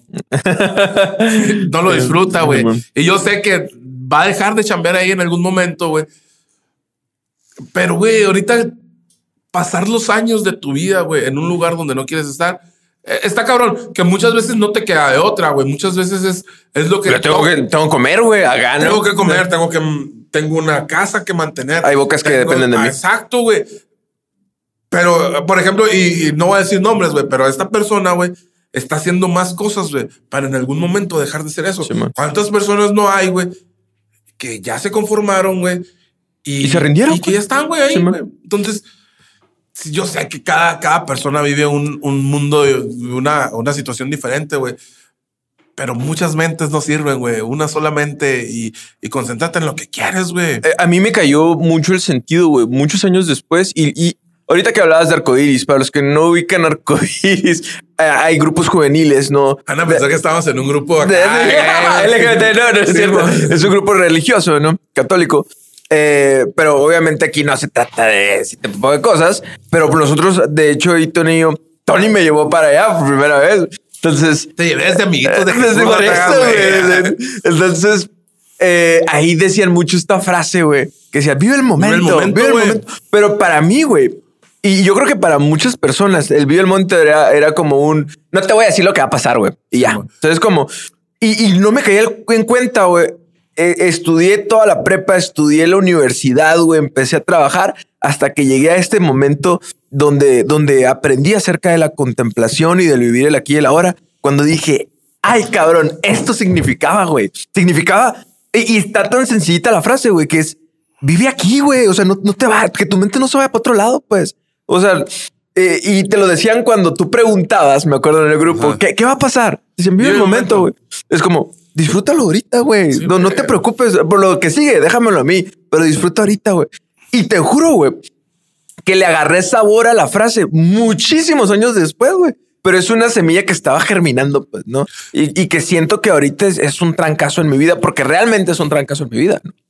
No lo disfruta, güey. Y yo sé que va a dejar de chambear ahí en algún momento, güey. Pero, güey, ahorita pasar los años de tu vida, güey, en un lugar donde no quieres estar, está cabrón, que muchas veces no te queda de otra, güey. Muchas veces es lo que... Pero tengo que comer, güey, a ¿no? Tengo que comer, tengo una casa que mantener. Hay bocas que dependen de mí. Exacto, güey. Pero, por ejemplo, y no voy a decir nombres, güey, pero esta persona, güey, está haciendo más cosas, güey, para en algún momento dejar de ser eso. Sí, ¿cuántas personas no hay, güey, que ya se conformaron, güey? Y se rindieron. Y que ya están, güey, ahí, güey. Entonces, yo sé que cada persona vive un mundo, una situación diferente, güey. Pero muchas mentes no sirven, güey. Una solamente y concéntrate en lo que quieres, güey. A mí me cayó mucho el sentido, güey. Muchos años después y ahorita que hablabas de Arcoiris, para los que no ubican Arcoiris, hay grupos juveniles, ¿no? Ana pensó que estábamos en un grupo acá. LGBT, no es cierto. Es un grupo religioso, ¿no? Católico. Pero obviamente aquí no se trata de ese tipo de cosas. Pero nosotros, de hecho, y Tony me llevó para allá por primera vez. Entonces... Te llevé de amiguitos de Jesús. Entonces, ahí decían mucho esta frase, güey, que decía, vive el momento. Vive el momento. Pero para mí, güey, y yo creo que para muchas personas, el vive el momento era como un, no te voy a decir lo que va a pasar, güey. Y ya. Entonces, como, y no me caía en cuenta, güey. Estudié toda la prepa, estudié la universidad, güey, empecé a trabajar hasta que llegué a este momento donde aprendí acerca de la contemplación y del vivir el aquí y el ahora. Cuando dije, ay, cabrón, esto significaba, güey. Significaba, y está tan sencillita la frase, güey, que es, vive aquí, güey. O sea, no te va, que tu mente no se vaya para otro lado, pues. O sea, y te lo decían cuando tú preguntabas, me acuerdo en el grupo, ¿qué va a pasar? Dicen, vive el momento, güey. Es como, disfrútalo ahorita, güey. Sí, no te preocupes por lo que sigue, déjamelo a mí, pero disfruta ahorita, güey. Y te juro, güey, que le agarré sabor a la frase muchísimos años después, güey. Pero es una semilla que estaba germinando, pues, ¿no? Y que siento que ahorita es un trancazo en mi vida, porque realmente es un trancazo en mi vida, ¿no?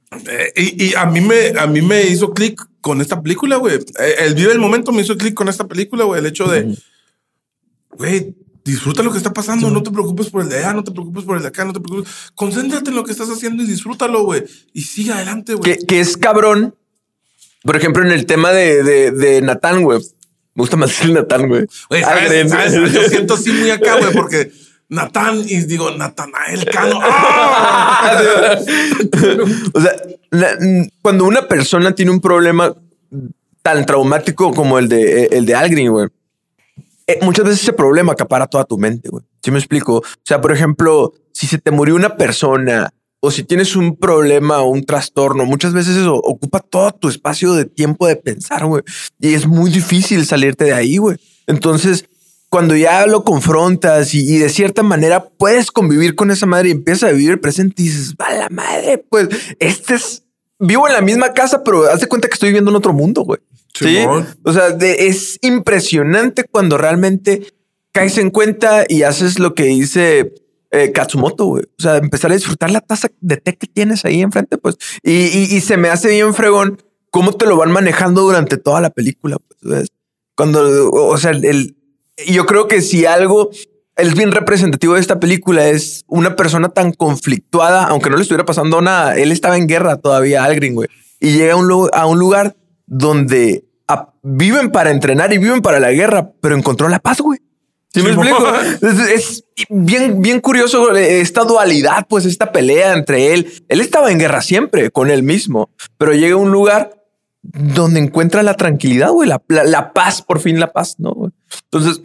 Y a mí me hizo clic con esta película, güey. El vive el momento me hizo clic con esta película, güey. El hecho de, güey, disfruta lo que está pasando. Sí. No te preocupes por el de allá, no te preocupes por el de acá, no te preocupes. Concéntrate en lo que estás haciendo y disfrútalo, güey. Y sigue adelante, güey. Que es cabrón. Por ejemplo, en el tema de Natán, güey. Me gusta más el Natán, güey. ¿Sabes? Yo siento así muy acá, güey, porque Natán y digo Natanael Cano. ¡Oh! O sea, cuando una persona tiene un problema tan traumático como el de Algren, güey, muchas veces ese problema acapara toda tu mente, güey. ¿Sí me explico? O sea, por ejemplo, si se te murió una persona o si tienes un problema o un trastorno, muchas veces eso ocupa todo tu espacio de tiempo de pensar, güey. Y es muy difícil salirte de ahí, güey. Entonces, cuando ya lo confrontas y de cierta manera puedes convivir con esa madre y empiezas a vivir el presente y dices, va la madre, pues vivo en la misma casa, pero haz de cuenta que estoy viviendo en otro mundo, güey. Sí. O sea, es impresionante cuando realmente caes en cuenta y haces lo que dice Katsumoto, güey. O sea, empezar a disfrutar la taza de té que tienes ahí enfrente, pues. Y se me hace bien fregón cómo te lo van manejando durante toda la película, pues, ¿ves? Cuando, o sea, yo creo que si algo es bien representativo de esta película es una persona tan conflictuada, aunque no le estuviera pasando nada. Él estaba en guerra todavía, Algren, güey. Y llega a un lugar donde viven para entrenar y viven para la guerra, pero encontró la paz, güey. ¿Sí me explico? Es bien curioso esta dualidad, pues esta pelea entre él. Él estaba en guerra siempre con él mismo, pero llega a un lugar donde encuentra la tranquilidad, güey, la paz, por fin la paz, ¿no? Entonces,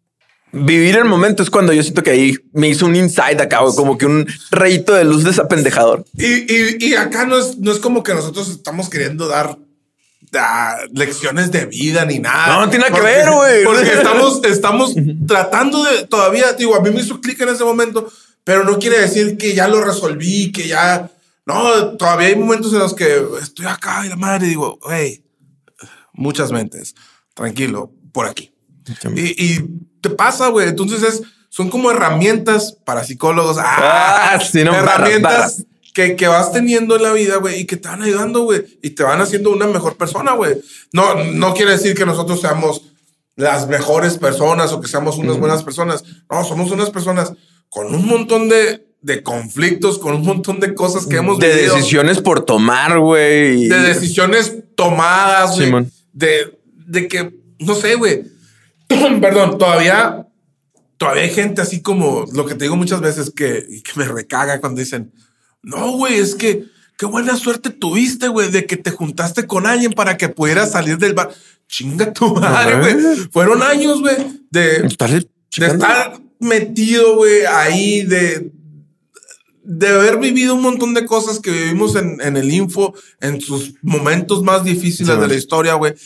vivir el momento es cuando yo siento que ahí me hizo un insight acá, güey, como que un rayito de luz desapendejador. Y acá no es como que nosotros estamos queriendo dar lecciones de vida ni nada. No tiene nada que ver, güey. Porque estamos tratando de todavía, digo, a mí me hizo clic en ese momento, pero no quiere decir que ya lo resolví, que ya no, todavía hay momentos en los que estoy acá y la madre digo, hey, muchas mentes, tranquilo, por aquí. Y te pasa, güey. Entonces son como herramientas para psicólogos. Sí, no, herramientas que vas teniendo en la vida, güey, y que te van ayudando, güey, y te van haciendo una mejor persona, güey. No quiere decir que nosotros seamos las mejores personas o que seamos unas buenas personas. No, somos unas personas con un montón de conflictos, con un montón de cosas que hemos vivido. De decisiones por tomar, güey. De decisiones tomadas, güey. Simón. De que, no sé, güey. Perdón, todavía hay gente así como lo que te digo muchas veces que me recaga cuando dicen, no, güey, es que qué buena suerte tuviste, güey, de que te juntaste con alguien para que pudieras salir del bar. Chinga tu madre, güey. Fueron años, güey, de estar metido, güey, ahí, de haber vivido un montón de cosas que vivimos en el Info, en sus momentos más difíciles de la historia, güey.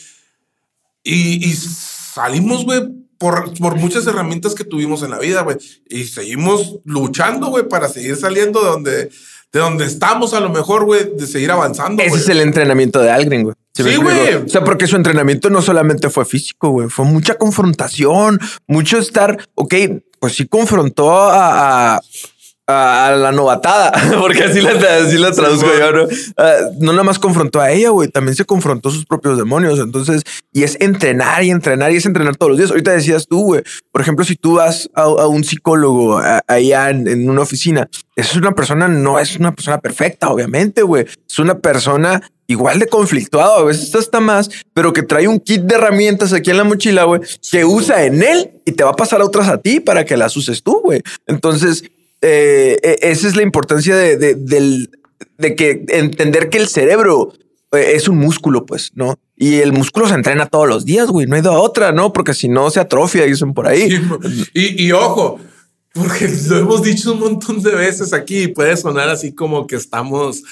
Y salimos, güey, por muchas herramientas que tuvimos en la vida, güey. Y seguimos luchando, güey, para seguir saliendo de donde estamos, a lo mejor, güey, de seguir avanzando. Ese es el entrenamiento de Algren, güey. Sí, güey. O sea, porque su entrenamiento no solamente fue físico, güey. Fue mucha confrontación, mucho estar... Ok, pues sí confrontó a la novatada, porque así la traduzco yo, ¿no? No nada más confrontó a ella, güey, también se confrontó sus propios demonios. Entonces, y es entrenar y entrenar y es entrenar todos los días. Ahorita decías tú, güey, por ejemplo, si tú vas a un psicólogo allá en una oficina, esa es una persona, no es una persona perfecta, obviamente, güey. Es una persona igual de conflictuado, a veces hasta más, pero que trae un kit de herramientas aquí en la mochila, güey, que usa en él y te va a pasar a otras a ti para que las uses tú, güey. Entonces, esa es la importancia de que entender que el cerebro es un músculo, pues, ¿no? Y el músculo se entrena todos los días, güey. No hay de otra, ¿no? Porque si no se atrofia, dicen por ahí. Sí, y ojo, porque lo hemos dicho un montón de veces aquí y puede sonar así como que estamos...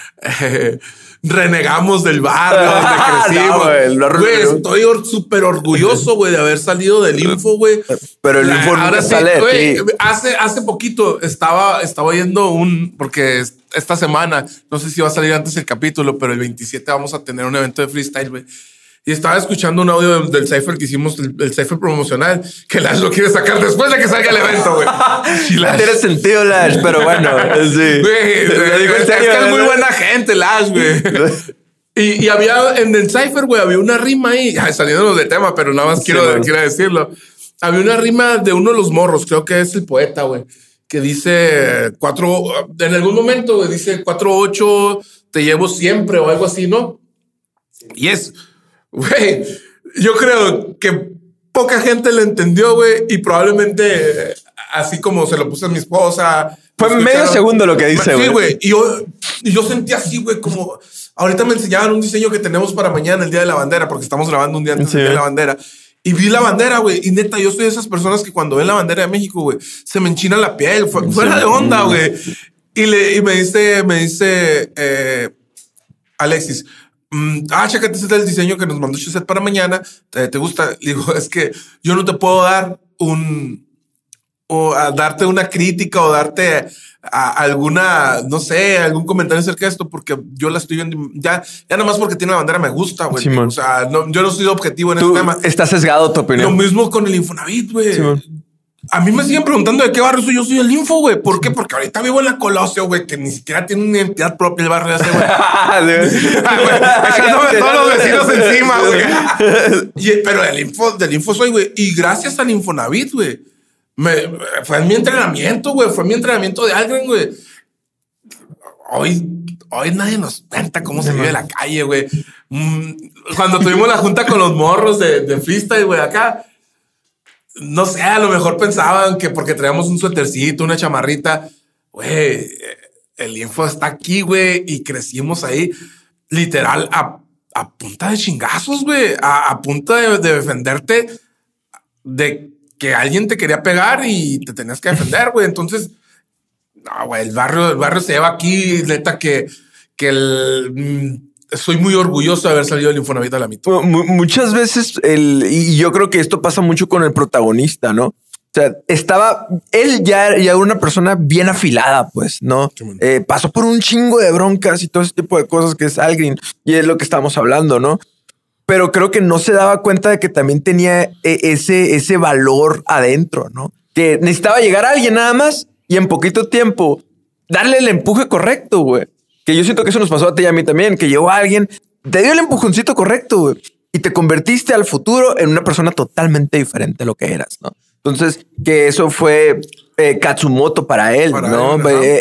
renegamos del barrio donde crecimos. No, güey, estoy súper orgulloso, güey, de haber salido del Info, güey. Pero el Info nunca sale de ti. Hace poquito estaba oyendo porque esta semana, no sé si va a salir antes el capítulo, pero el 27 vamos a tener un evento de freestyle, güey. Y estaba escuchando un audio del Cypher que hicimos, el Cypher promocional, que Lash lo quiere sacar después de que salga el evento, güey. No tiene sentido, Lash, pero bueno, sí. Güey, es que es muy buena gente, Lash, güey. Y había en el Cypher, güey, había una rima ahí, saliéndonos de tema, pero nada más quiero decirlo. Había una rima de uno de los morros, creo que es el poeta, güey, que dice en algún momento, güey, dice 4-8, te llevo siempre o algo así, ¿no? Y es... Güey, yo creo que poca gente le entendió, güey, y probablemente así como se lo puse a mi esposa. Fue medio segundo lo que dice, güey. Sí, güey. Y yo sentí así, güey, como ahorita me enseñaban un diseño que tenemos para mañana, el Día de la Bandera, porque estamos grabando un día antes del Día de la Bandera. Y vi la bandera, güey. Y neta, yo soy de esas personas que cuando ven la bandera de México, güey, se me enchina la piel. Fuera de onda, güey. Y me dice Alexis, chécate, ese es el diseño que nos mandó Chusette para mañana. ¿Te gusta? Le digo, es que yo no te puedo dar darte una crítica o darte alguna, no sé, algún comentario acerca de esto, porque yo la estoy viendo ya nada más porque tiene la bandera me gusta, güey. O sea, yo no soy objetivo en ese tema. Está sesgado tu opinión. Lo mismo con el Infonavit, güey. A mí me siguen preguntando de qué barrio soy. Yo soy el Info, güey. ¿Por qué? Porque ahorita vivo en la Colosio, güey, que ni siquiera tiene una identidad propia el barrio ese, güey. Echándome todos los vecinos encima, güey. Pero del Info soy, güey. Y gracias al Infonavit, güey. Fue mi entrenamiento, güey. Fue mi entrenamiento de alguien, güey. Hoy nadie nos cuenta cómo se vive la calle, güey. Cuando tuvimos la junta con los morros de freestyle, güey, acá, no sé, a lo mejor pensaban que porque traíamos un suétercito, una chamarrita, güey, el Info está aquí, güey, y crecimos ahí literal a punta de chingazos, güey, a punta de defenderte de que alguien te quería pegar y te tenías que defender, güey. Entonces, no, güey, el barrio se lleva aquí, neta, soy muy orgulloso de haber salido del Infonavit a la mitad. Muchas veces, y yo creo que esto pasa mucho con el protagonista, ¿no? O sea, él ya era una persona bien afilada, pues, ¿no? Pasó por un chingo de broncas y todo ese tipo de cosas que es Algren, y es lo que estamos hablando, ¿no? Pero creo que no se daba cuenta de que también tenía ese valor adentro, ¿no? Que necesitaba llegar a alguien nada más y en poquito tiempo darle el empuje correcto, güey. Que yo siento que eso nos pasó a ti y a mí también, que llegó alguien, te dio el empujoncito correcto, güey, y te convertiste al futuro en una persona totalmente diferente a lo que eras, ¿no? Entonces, que eso fue Katsumoto para él, ¿no?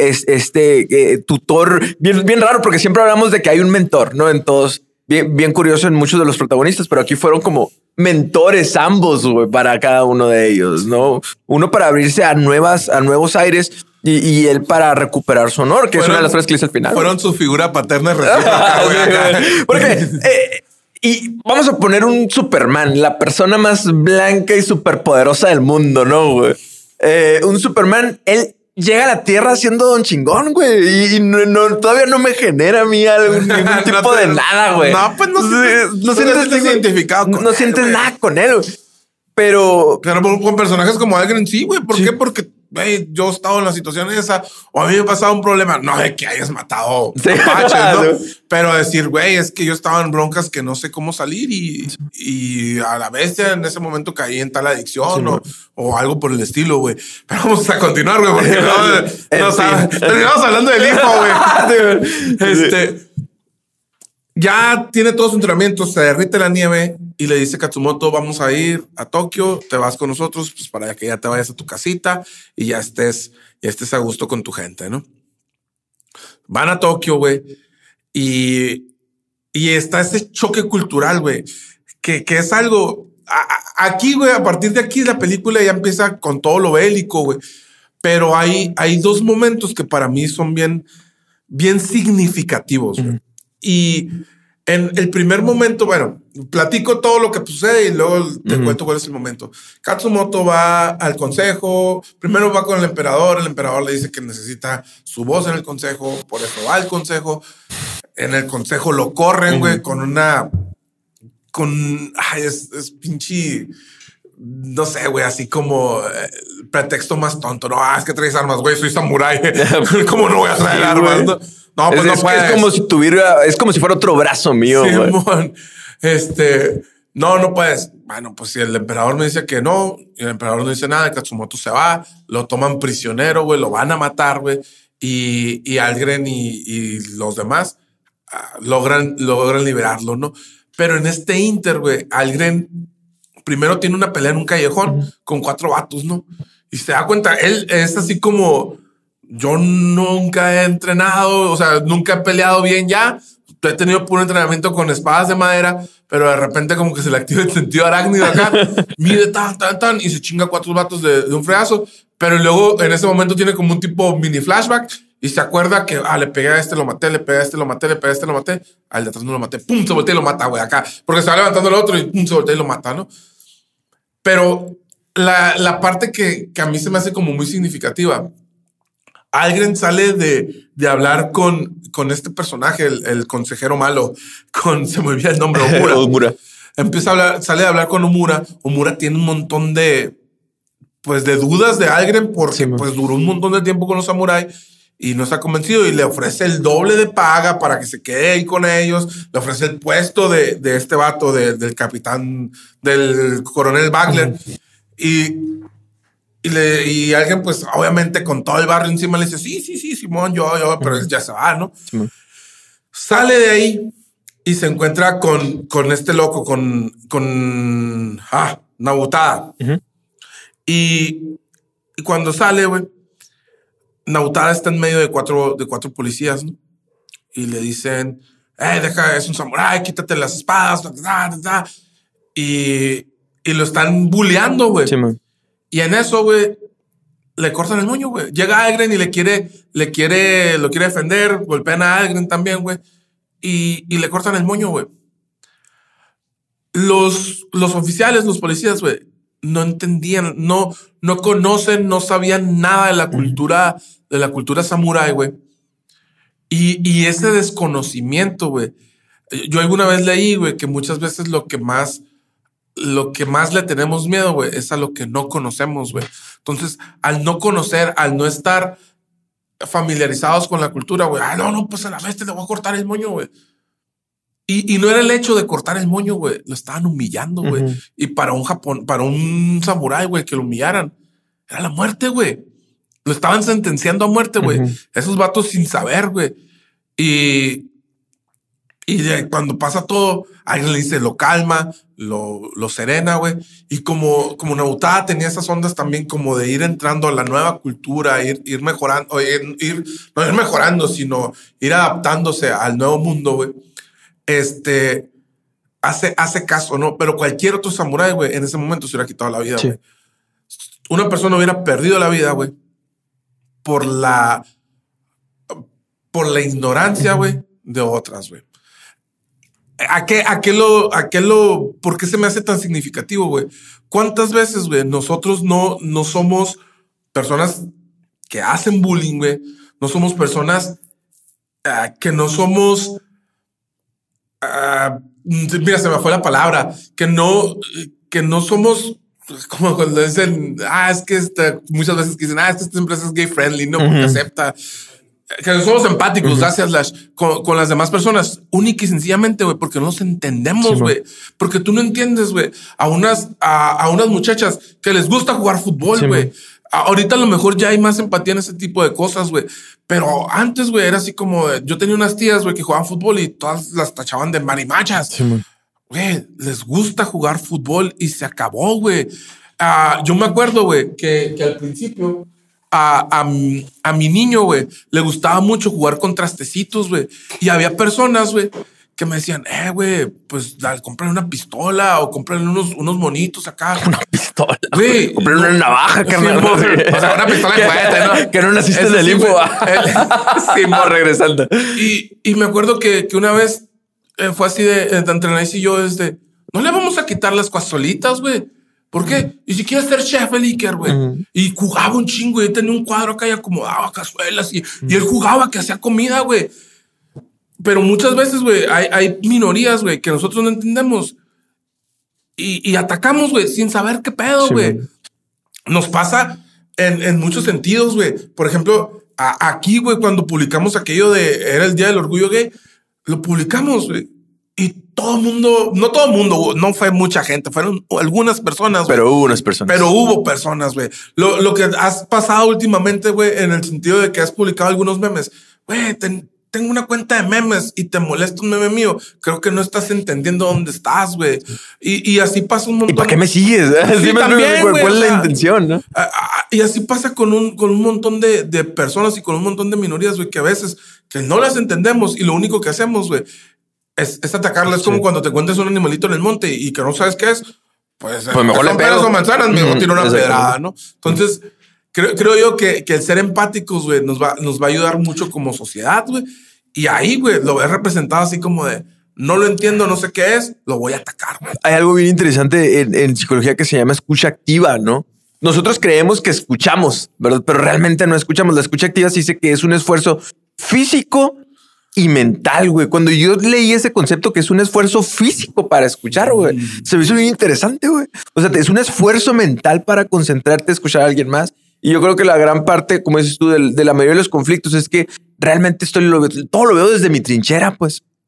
Tutor, bien raro, porque siempre hablamos de que hay un mentor, ¿no? En todos, bien curioso en muchos de los protagonistas, pero aquí fueron como mentores ambos, güey, para cada uno de ellos, ¿no? Uno para abrirse a nuevos aires y él para recuperar su honor, que es una de las frases que dice al final. Fueron su figura paterna y recíproca, güey. Porque y vamos a poner un Superman, la persona más blanca y superpoderosa del mundo, ¿no, güey? Un Superman, él llega a la Tierra siendo don chingón, güey, y todavía no me genera a mí ningún tipo de nada, güey. No, pues no sientes identificado con él. No sientes nada con él, güey. Pero con personajes como Algren, sí, güey. ¿Por qué? Porque yo he estado en la situación esa, o a mí me ha pasado un problema, no de que hayas matado mapaches, ¿no? Pero decir, güey, es que yo estaba en broncas que no sé cómo salir y a la bestia en ese momento caí en tal adicción o algo por el estilo, güey. Pero vamos a continuar, güey, porque terminamos hablando del Info, güey. Ya tiene todo su entrenamiento, se derrite la nieve y le dice Katsumoto, vamos a ir a Tokio, te vas con nosotros pues para que ya te vayas a tu casita y ya estés a gusto con tu gente, ¿no? Van a Tokio, güey, y está ese choque cultural, güey, que es algo... Aquí, güey, a partir de aquí la película ya empieza con todo lo bélico, güey, pero hay dos momentos que para mí son bien significativos, güey. Y en el primer momento, bueno, platico todo lo que sucede y luego te cuento cuál es el momento. Katsumoto va al consejo, primero va con el emperador le dice que necesita su voz en el consejo, por eso va al consejo. En el consejo lo corren, güey, es pinche, no sé, güey, así como pretexto más tonto, no, es que traes armas, güey, soy samurái, ¿cómo no voy a traer armas? No, pues no puedes. Es como si fuera otro brazo mío. Sí, no puedes. Bueno, pues si el emperador me dice que no, y el emperador no dice nada, Katsumoto se va, lo toman prisionero, güey, lo van a matar, güey, y Algren y los demás logran liberarlo, ¿no? Pero en este inter, güey, Algren primero tiene una pelea en un callejón con 4 vatos, ¿no? Y se da cuenta, él es así como... Yo nunca he entrenado, o sea, nunca he peleado bien ya. He tenido puro entrenamiento con espadas de madera, pero de repente como que se le activa el sentido arácnido acá. Mide tan, y se chinga 4 vatos de un fregazo. Pero luego en ese momento tiene como un tipo mini flashback y se acuerda que le pegué a este, lo maté, le pegué a este, lo maté, le pegué a este, lo maté. Al de atrás no lo maté. Pum, se voltea y lo mata, güey, acá. Porque se va levantando el otro y pum, se voltea y lo mata, ¿no? Pero la parte que a mí se me hace como muy significativa, Algren sale de hablar con este personaje, el consejero malo, se me olvida el nombre, Omura. Empieza a hablar, sale a hablar con Omura. Omura tiene un montón de dudas de Algren porque pues duró un montón de tiempo con los samuráis y no está convencido y le ofrece el doble de paga para que se quede ahí con ellos. Le ofrece el puesto de este vato, del capitán, del coronel Bagler. Y Y alguien, pues, obviamente, con todo el barrio encima le dice, sí, Simón, yo, pero él ya se va, ¿no? Simón. Sale de ahí y se encuentra con este loco, con Nabutada. Y cuando sale, güey, Nabutada está en medio de cuatro policías, ¿no? Y le dicen, deja, es un samurái, quítate las espadas, y lo están bulleando, güey. Sí, y en eso, güey, le cortan el moño, güey. Llega Algren y lo quiere defender, golpean a Algren también, güey, y le cortan el moño, güey. Los oficiales, los policías, güey, no entendían, no conocen, no sabían nada de la cultura samurái, güey. Y ese desconocimiento, güey. Yo alguna vez leí, güey, que muchas veces lo que más le tenemos miedo, güey, es a lo que no conocemos, güey. Entonces, al no conocer, al no estar familiarizados con la cultura, güey, no, pues a la vez te le voy a cortar el moño, güey. Y no era el hecho de cortar el moño, güey, lo estaban humillando, güey. Y para un samurái, güey, que lo humillaran, era la muerte, güey. Lo estaban sentenciando a muerte, güey. Esos vatos sin saber, güey. Y cuando pasa todo, alguien le dice, lo calma, lo serena, güey. Y como Nabutada tenía esas ondas también como de ir entrando a la nueva cultura, ir mejorando, no ir mejorando, sino ir adaptándose al nuevo mundo, güey. Hace caso, ¿no? Pero cualquier otro samurái, güey, en ese momento se hubiera quitado la vida, güey. Sí. Una persona hubiera perdido la vida, güey, por la ignorancia, güey, de otras, güey. ¿Por qué se me hace tan significativo, güey? ¿Cuántas veces, güey, nosotros no somos personas que hacen bullying, güey? No somos personas que no somos... mira, se me fue la palabra. Que no somos... Como cuando dicen, es que muchas veces que dicen, esta empresa es gay friendly, ¿no? Porque acepta... Que no somos empáticos, gracias, Lash, con las demás personas, única y sencillamente, güey, porque no nos entendemos, güey. Porque tú no entiendes, güey, a unas muchachas que les gusta jugar fútbol, güey. Ahorita a lo mejor ya hay más empatía en ese tipo de cosas, güey. Pero antes, güey, era así como, yo tenía unas tías, güey, que jugaban fútbol y todas las tachaban de marimachas. Güey, les gusta jugar fútbol y se acabó, güey. Yo me acuerdo, güey, que al principio... A mi niño, güey, le gustaba mucho jugar con trastecitos, güey. Y había personas, güey, que me decían, güey, pues cómprale una pistola o cómprale unos monitos acá. Una pistola, güey. Cómprale una navaja, carnal. O sea, una pistola de juguete, ¿no? Que no naciste del limbo. Sí, regresando. Y me acuerdo que una vez fue así de entrenar y yo no le vamos a quitar las cuazolitas, güey. ¿Por qué? Y si quieres ser chef el Iker, güey. Y jugaba un chingo y tenía un cuadro acá y acomodaba cazuelas y él jugaba que hacía comida, güey. Pero muchas veces, güey, hay minorías, güey, que nosotros no entendemos y atacamos, güey, sin saber qué pedo, güey. Sí, nos pasa en muchos sentidos, güey. Por ejemplo, aquí, güey, cuando publicamos aquello era el Día del Orgullo Gay, lo publicamos, güey. Y todo el mundo, no fue mucha gente, fueron algunas personas. Pero hubo unas personas. Pero hubo personas, güey. Lo que has pasado últimamente, güey, en el sentido de que has publicado algunos memes. Güey, tengo una cuenta de memes y te molesta un meme mío. Creo que no estás entendiendo dónde estás, güey. Y así pasa un montón. ¿Y para qué me sigues? Sí, también, güey, ¿cuál es la intención, no? Y así pasa con un montón de personas y con un montón de minorías, güey, que a veces que no las entendemos y lo único que hacemos, güey, es atacarla. Es como cuando te encuentras un animalito en el monte y que no sabes qué es, pues mejor le peras o manzanas, mejor tira una pedrada, ¿no? Entonces, creo yo que el ser empáticos, güey, nos va a ayudar mucho como sociedad, güey. Y ahí, güey, lo ves representado así como de, no lo entiendo, no sé qué es, lo voy a atacar, güey. Hay algo bien interesante en psicología que se llama escucha activa, ¿no? Nosotros creemos que escuchamos, ¿verdad? Pero realmente no escuchamos. La escucha activa se dice que es un esfuerzo físico y mental, güey. Cuando yo leí ese concepto que es un esfuerzo físico para escuchar, güey, se me hizo bien interesante, güey. O sea, es un esfuerzo mental para concentrarte a escuchar a alguien más. Y yo creo que la gran parte, como dices tú, de la mayoría de los conflictos es que realmente todo lo veo desde mi trinchera, pues.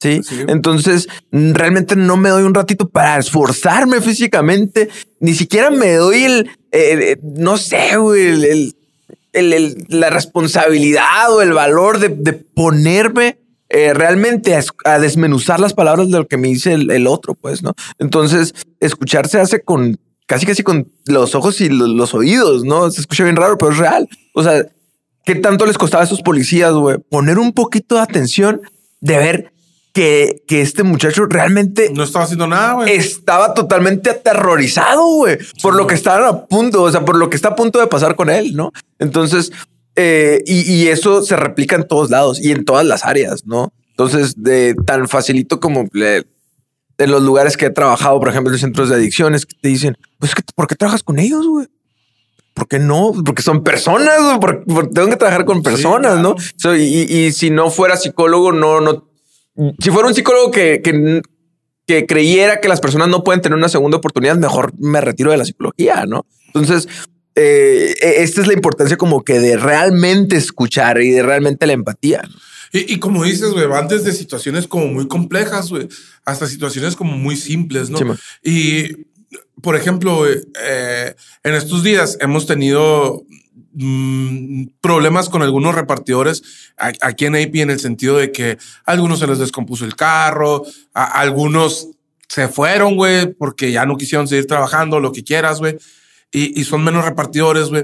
¿sí? Entonces, realmente no me doy un ratito para esforzarme físicamente. Ni siquiera me doy no sé, güey, la responsabilidad o el valor de ponerme realmente a desmenuzar las palabras de lo que me dice el otro, pues, ¿no? Entonces, escuchar se hace con casi con los ojos y los oídos, ¿no? Se escucha bien raro, pero es real. O sea, ¿qué tanto les costaba a esos policías, güey? Poner un poquito de atención de ver que este muchacho realmente no estaba haciendo nada, güey. Estaba totalmente aterrorizado, güey, por lo que estaban a punto, o sea, por lo que está a punto de pasar con él, ¿no? Entonces, y eso se replica en todos lados y en todas las áreas, ¿no? Entonces, tan facilito como en los lugares que he trabajado, por ejemplo, en los centros de adicciones, que te dicen, pues, ¿por qué trabajas con ellos, güey? ¿Por qué no? Porque son personas, porque tengo que trabajar con personas, sí, claro. ¿No? Y si no fuera psicólogo, no. Si fuera un psicólogo que creyera que las personas no pueden tener una segunda oportunidad, mejor me retiro de la psicología, ¿no? Entonces, esta es la importancia como que de realmente escuchar y de realmente la empatía, ¿no? Y como dices, güey, van desde situaciones como muy complejas, güey, hasta situaciones como muy simples, ¿no? Sí, y, por ejemplo, en estos días hemos tenido problemas con algunos repartidores aquí en AP, en el sentido de que a algunos se les descompuso el carro, a algunos se fueron, güey, porque ya no quisieron seguir trabajando, lo que quieras, güey, y son menos repartidores, güey.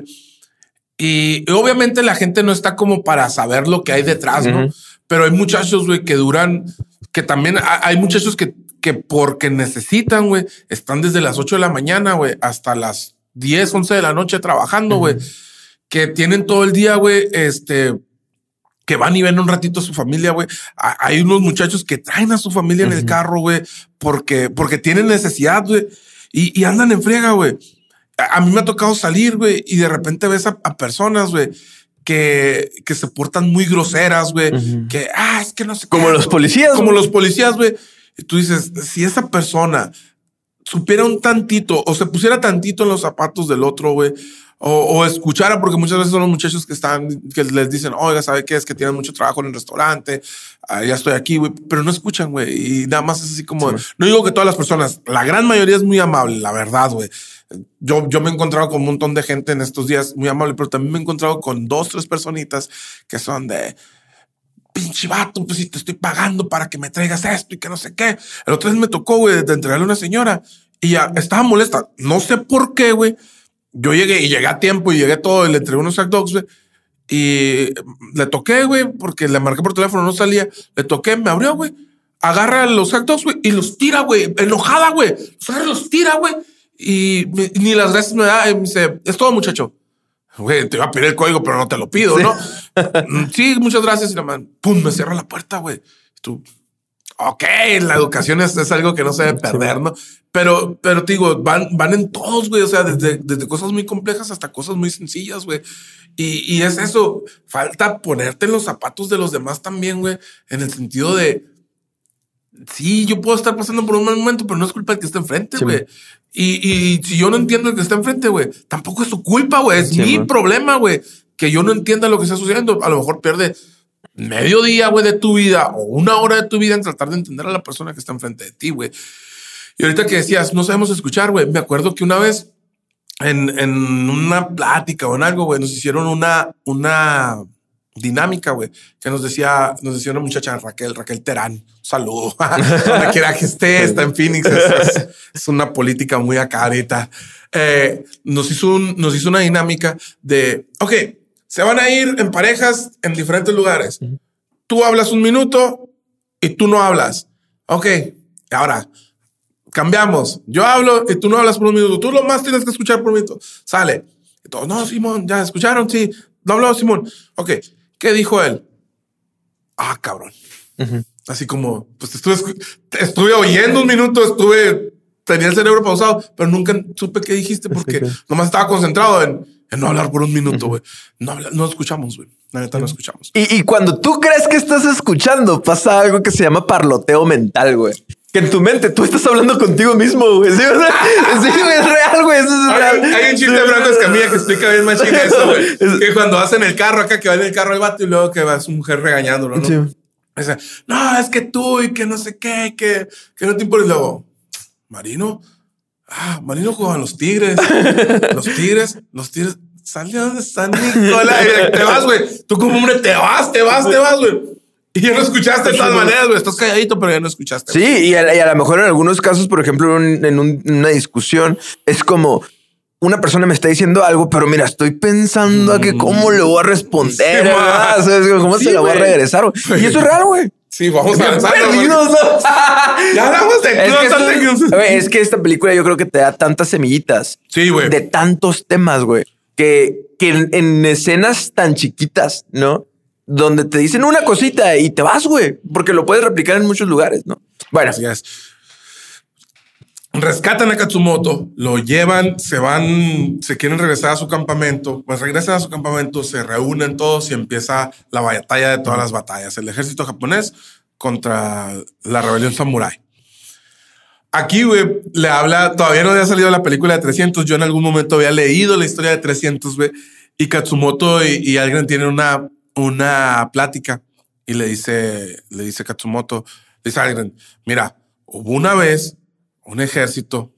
Y obviamente la gente no está como para saber lo que hay detrás, ¿no? Pero hay muchachos, güey, que también hay muchachos que porque necesitan, güey, están desde las 8 de la mañana, güey, hasta las 10, 11 de la noche trabajando, güey, que tienen todo el día, güey, que van y ven un ratito a su familia, güey. Hay unos muchachos que traen a su familia en el carro, güey, porque tienen necesidad, güey, y andan en friega, güey. A mí me ha tocado salir, güey, y de repente ves a personas, güey, que se portan muy groseras, güey, que, es que no sé. Como los policías. Como los policías, güey. Y tú dices, si esa persona supiera un tantito o se pusiera tantito en los zapatos del otro, güey, o escuchara, porque muchas veces son los muchachos que les dicen, oiga, ¿sabe qué? Es que tienen mucho trabajo en el restaurante, ya estoy aquí, güey, pero no escuchan, güey, y nada más es así como, sí. No digo que todas las personas, la gran mayoría es muy amable, la verdad, güey. Yo me he encontrado con un montón de gente en estos días muy amable, pero también me he encontrado con 2, 3 personitas que son de pinche vato, pues si te estoy pagando para que me traigas esto y que no sé qué. El otro día me tocó, güey, de entregarle a una señora y ya estaba molesta. No sé por qué, güey. Yo llegué a tiempo y llegué todo y le entregué unos hot dogs, güey. Y le toqué, güey, porque le marqué por teléfono, no salía. Le toqué, me abrió, güey. Agarra los hot dogs, güey, y los tira, güey. Enojada, güey. Los tira, güey. Y ni las gracias me da. Me dice, es todo, muchacho. Güey, te iba a pedir el código, pero no te lo pido, sí. ¿No? Sí, muchas gracias. Y la man, pum, me cierra la puerta, güey. Tú, ok, la educación es algo que no se debe perder, ¿no? Pero te digo, van en todos, güey. O sea, desde cosas muy complejas hasta cosas muy sencillas, güey. Y es eso. Falta ponerte en los zapatos de los demás también, güey. En el sentido de, sí, yo puedo estar pasando por un mal momento, pero no es culpa del que está enfrente, güey. Sí, y si yo no entiendo el que está enfrente, güey, tampoco es su culpa, güey. Es mi problema, güey. Que yo no entienda lo que está sucediendo. A lo mejor pierde medio día, güey, de tu vida o una hora de tu vida en tratar de entender a la persona que está enfrente de ti, güey. Y ahorita que decías, no sabemos escuchar, güey. Me acuerdo que una vez en una plática o en algo, güey, nos hicieron una dinámica, güey, que nos decía una muchacha, Raquel Terán. Un saludo. Donde quiera que esté, está en Phoenix. Es una política muy acá ahorita. Nos hizo una dinámica de, ok, se van a ir en parejas en diferentes lugares. Tú hablas un minuto y tú no hablas. Ok, ahora cambiamos. Yo hablo y tú no hablas por un minuto. Tú lo más tienes que escuchar por un minuto. Sale. Y todos, no, Simón, ¿ya escucharon? Sí. No habló Simón. Ok. ¿Qué dijo él? Cabrón. Así como, pues estuve oyendo un minuto, tenía el cerebro pausado, pero nunca supe qué dijiste porque nomás estaba concentrado en no hablar por un minuto, güey. No escuchamos, güey. La neta no escuchamos. Y cuando tú crees que estás escuchando, pasa algo que se llama parloteo mental, güey. Que en tu mente tú estás hablando contigo mismo, güey. Sí, o sea, sí, güey, es real, güey. Eso es real. Hay un chiste de Franco Escamilla que explica bien más chica eso, güey. Que cuando vas en el carro acá, que va en el carro el vato y luego que va su mujer regañándolo, ¿no? Sí. Dice, no, es que tú y que no sé qué, que no te importa. Y luego, Marino, Marino jugaba en los Tigres. Los Tigres. Sale donde está Nicolás. Te vas, güey. Tú como hombre te vas, güey. Y ya no escuchaste de todas maneras, güey. Estás calladito, pero ya no escuchaste. Sí, y a lo mejor en algunos casos, por ejemplo, en una discusión, es como una persona me está diciendo algo, pero mira, estoy pensando a que cómo le voy a responder, Sí, ¿verdad? O sea, cómo se la voy a regresar, güey. Y eso es real, güey. Sí, vamos a avanzar. Ya hablamos de es que esta película yo creo que te da tantas semillitas. Sí, güey. De tantos temas, güey. Que en escenas tan chiquitas, ¿no? Donde te dicen una cosita y te vas, güey. Porque lo puedes replicar en muchos lugares, ¿no? Bueno. Así es. Rescatan a Katsumoto, lo llevan, se van, se quieren regresar a su campamento, pues regresan a su campamento, se reúnen todos y empieza la batalla de todas las batallas. El ejército japonés contra la rebelión samurái. Aquí, güey, le habla, todavía no había salido la película de 300. Yo en algún momento había leído la historia de 300, güey, y Katsumoto y alguien tienen una plática y le dice Katsumoto, le dice a alguien, mira, hubo una vez un ejército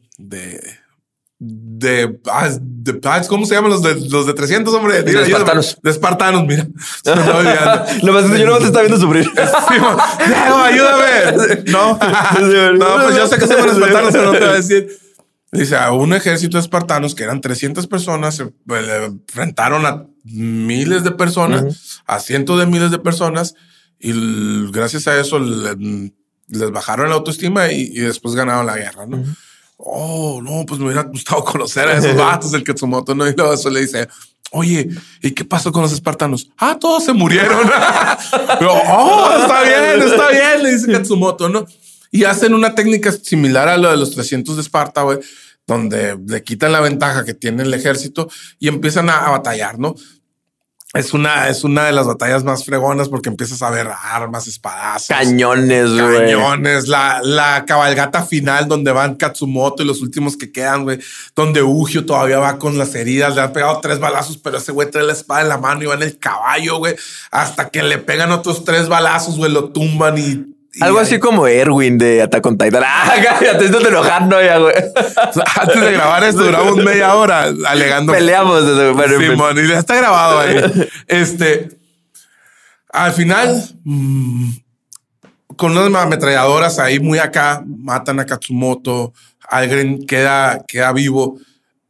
¿cómo se llaman los de 300, hombre? De espartanos. De espartanos, mira. Yo no te está viendo sufrir. Sí, Diego, ayúdame. No, pues yo sé que se llaman espartanos, pero no te voy a decir. Dice, a un ejército de espartanos que eran 300 personas, se enfrentaron a miles de personas, a cientos de miles de personas, y gracias a eso les bajaron la autoestima y después ganaron la guerra, ¿no? Oh, no, pues me hubiera gustado conocer a esos vatos del Katsumoto, ¿no? Y luego eso le dice, oye, ¿y qué pasó con los espartanos? Todos se murieron. Pero, está bien, le dice Katsumoto, ¿no? Y hacen una técnica similar a lo de los 300 de Esparta, güey, donde le quitan la ventaja que tiene el ejército y empiezan a batallar, ¿no? Es una de las batallas más fregonas porque empiezas a ver armas, espadazos, cañones, güey. La cabalgata final donde van Katsumoto y los últimos que quedan, güey, donde Ugio todavía va con las heridas, le han pegado 3 balazos, pero ese güey trae la espada en la mano y va en el caballo, güey, hasta que le pegan otros 3 balazos, güey, lo tumban y algo así como Erwin de Attack on Titan. Te estás enojando ya, güey. Antes de grabar esto duramos media hora alegando. Peleamos. Simón, y ya está grabado ahí. Al final, con unas ametralladoras ahí muy acá, matan a Katsumoto. Alguien queda vivo.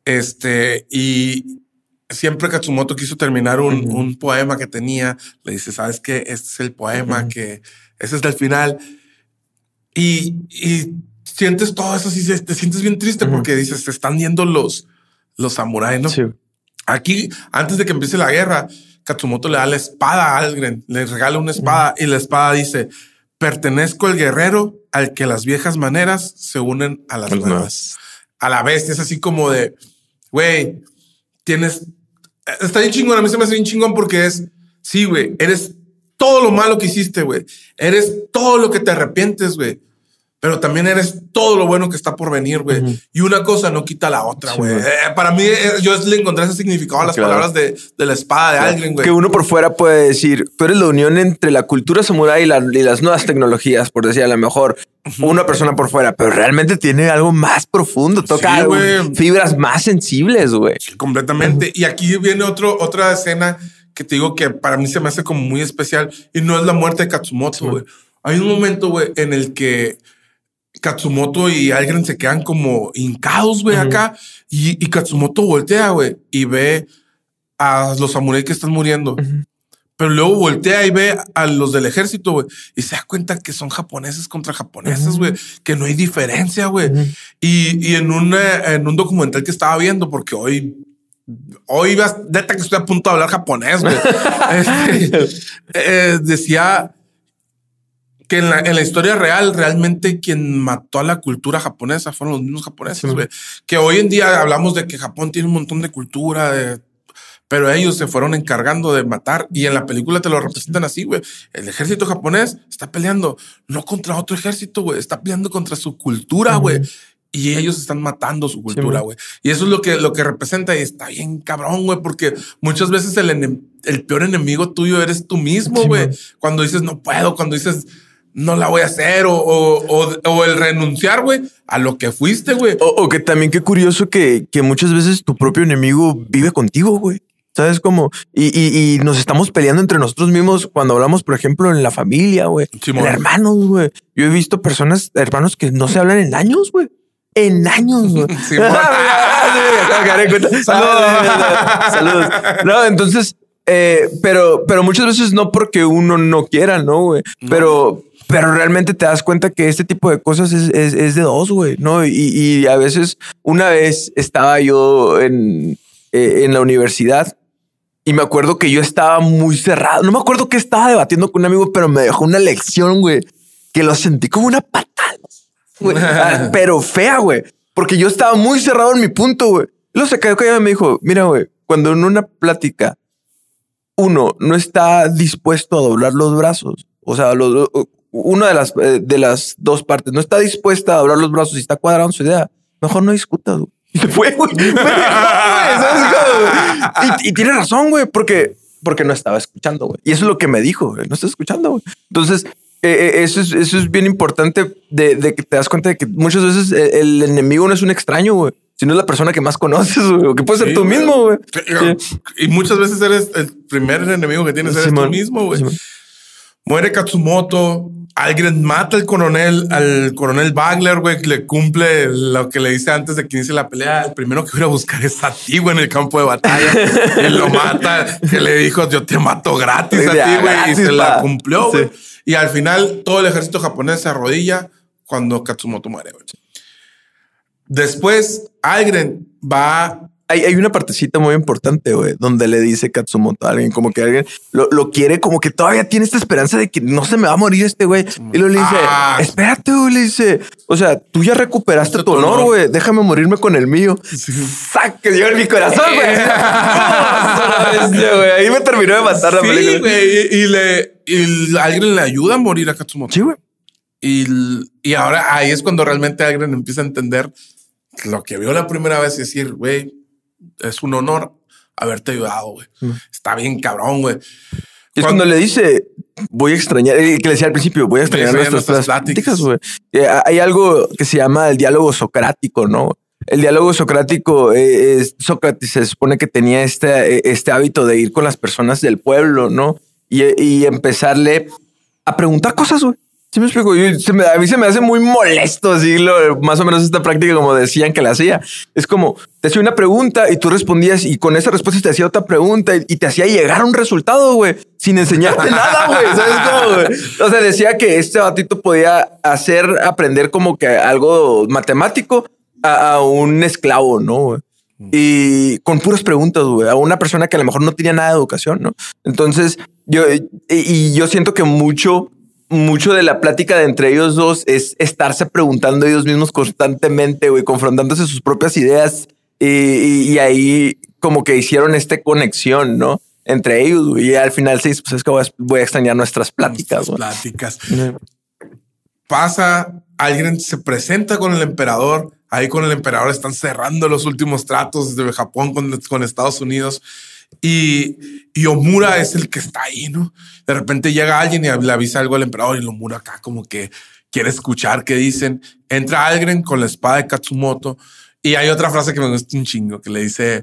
Y siempre Katsumoto quiso terminar un poema que tenía. Le dice, ¿sabes qué? Este es el poema que... Ese es el final. Y sientes todo eso así, te sientes bien triste porque dices, se están yendo los samuráis, ¿no? Sí. Aquí, antes de que empiece la guerra, Katsumoto le da la espada a Algren, le regala una espada y la espada dice, pertenezco al guerrero al que las viejas maneras se unen a las nuevas. A la bestia, es así como de, güey, está bien chingón, a mí se me hace bien chingón porque sí, güey, eres todo lo malo que hiciste, güey. Eres todo lo que te arrepientes, güey. Pero también eres todo lo bueno que está por venir, güey. Y una cosa no quita la otra, güey. Sí, para mí, yo le encontré ese significado a las palabras de la espada de alguien, güey. Que uno por fuera puede decir, tú eres la unión entre la cultura samurái y las nuevas tecnologías, por decir a lo mejor una persona por fuera, pero realmente tiene algo más profundo, toca fibras más sensibles, güey. Sí, completamente. Y aquí viene otra escena que te digo que para mí se me hace como muy especial y no es la muerte de Katsumoto, güey. Hay un momento, güey, en el que Katsumoto y Algren se quedan como hincados, güey, acá y Katsumoto voltea, güey, y ve a los samuráis que están muriendo. Pero luego voltea y ve a los del ejército, güey, y se da cuenta que son japoneses contra japoneses, güey, que no hay diferencia, güey. Y en un documental que estaba viendo, porque hoy neta que estoy a punto de hablar japonés, güey. Decía que en la historia real, realmente quien mató a la cultura japonesa fueron los mismos japoneses, güey. Que hoy en día hablamos de que Japón tiene un montón de cultura, pero ellos se fueron encargando de matar y en la película te lo representan así, güey. El ejército japonés está peleando no contra otro ejército, güey. Está peleando contra su cultura, güey. y ellos están matando su cultura, güey. Y eso es lo que representa y está bien cabrón, güey, porque muchas veces el peor enemigo tuyo eres tú mismo, güey. Cuando dices no puedo, cuando dices no la voy a hacer o el renunciar, güey, a lo que fuiste, güey. O que también qué curioso que muchas veces tu propio enemigo vive contigo, güey. ¿Sabes cómo? Y nos estamos peleando entre nosotros mismos cuando hablamos, por ejemplo, en la familia, güey. En hermanos, güey. Yo he visto hermanos que no se hablan en años, güey. En años, güey. Saludos. No, entonces, pero muchas veces no porque uno no quiera, ¿no, güey? Pero realmente te das cuenta que este tipo de cosas es de dos, güey, ¿no? Y a veces, una vez estaba yo en la universidad y me acuerdo que yo estaba muy cerrado. No me acuerdo que estaba debatiendo con un amigo, pero me dejó una lección, güey, que lo sentí como una patada, güey, pero fea, güey, porque yo estaba muy cerrado en mi punto, güey. Luego se cayó y me dijo, mira, güey, cuando en una plática uno no está dispuesto a doblar los brazos, o sea, una de las dos partes no está dispuesta a doblar los brazos y está cuadrando en su idea, mejor no discutas, güey. Y se fue, güey. Y tiene razón, güey, porque no estaba escuchando, güey. Y eso es lo que me dijo, güey. No está escuchando, güey. Entonces, eso es bien importante de que te das cuenta de que muchas veces el enemigo no es un extraño, güey, sino es la persona que más conoces, güey, o que puede ser tú mismo, güey. Y muchas veces eres el primer enemigo que tienes, eres tú mismo, güey. Muere Katsumoto. Alguien mata al coronel Wagner, güey, que le cumple lo que le dice antes de que inicie la pelea. El primero que voy a buscar es a ti, güey, en el campo de batalla. Y lo mata, que le dijo, yo te mato gratis a ti, güey. Y se la cumplió, güey. Sí. Y al final todo el ejército japonés se arrodilla cuando Katsumoto muere, güey. Después, Algren va... Hay una partecita muy importante, güey, donde le dice Katsumoto a alguien, como que alguien lo quiere, como que todavía tiene esta esperanza de que no se me va a morir este güey. Y luego le dice, espérate, güey, le dice, o sea, tú ya recuperaste tu honor, güey, déjame morirme con el mío. Sí. ¡Saque! Llegó en mi corazón, güey. Ahí me terminó de matar la película. Sí, güey, y alguien le ayuda a morir a Katsumoto. Sí, güey. Y ahora ahí es cuando realmente alguien empieza a entender lo que vio la primera vez y decir, güey, es un honor haberte ayudado, güey. Está bien cabrón, güey. Es cuando le dice, voy a extrañar, que le decía al principio, voy a extrañar nuestras pláticas, güey. Hay algo que se llama el diálogo socrático, ¿no? El diálogo socrático, Sócrates se supone que tenía este hábito de ir con las personas del pueblo, ¿no? Y empezarle a preguntar cosas, güey. Sí me explico. A mí se me hace muy molesto así más o menos esta práctica como decían que la hacía. Es como te hacía una pregunta y tú respondías y con esa respuesta te hacía otra pregunta y te hacía llegar a un resultado, güey, sin enseñarte nada, güey. ¿Sabes cómo, güey? O sea, decía que este batito podía aprender como que algo matemático a un esclavo, ¿no, güey? Y con puras preguntas, güey, a una persona que a lo mejor no tenía nada de educación, ¿no? Entonces yo siento que mucho de la plática de entre ellos dos es estarse preguntando ellos mismos constantemente, güey, confrontándose sus propias ideas y ahí como que hicieron esta conexión, ¿no? Entre ellos, güey, y al final sí, pues es que voy a extrañar nuestras pláticas, güey. Pasa, alguien se presenta con el emperador, ahí con el emperador están cerrando los últimos tratos de Japón con Estados Unidos. Y Omura es el que está ahí, ¿no? De repente llega alguien y le avisa algo al emperador y Omura acá como que quiere escuchar qué dicen. Entra alguien con la espada de Katsumoto y hay otra frase que me gusta un chingo que le dice,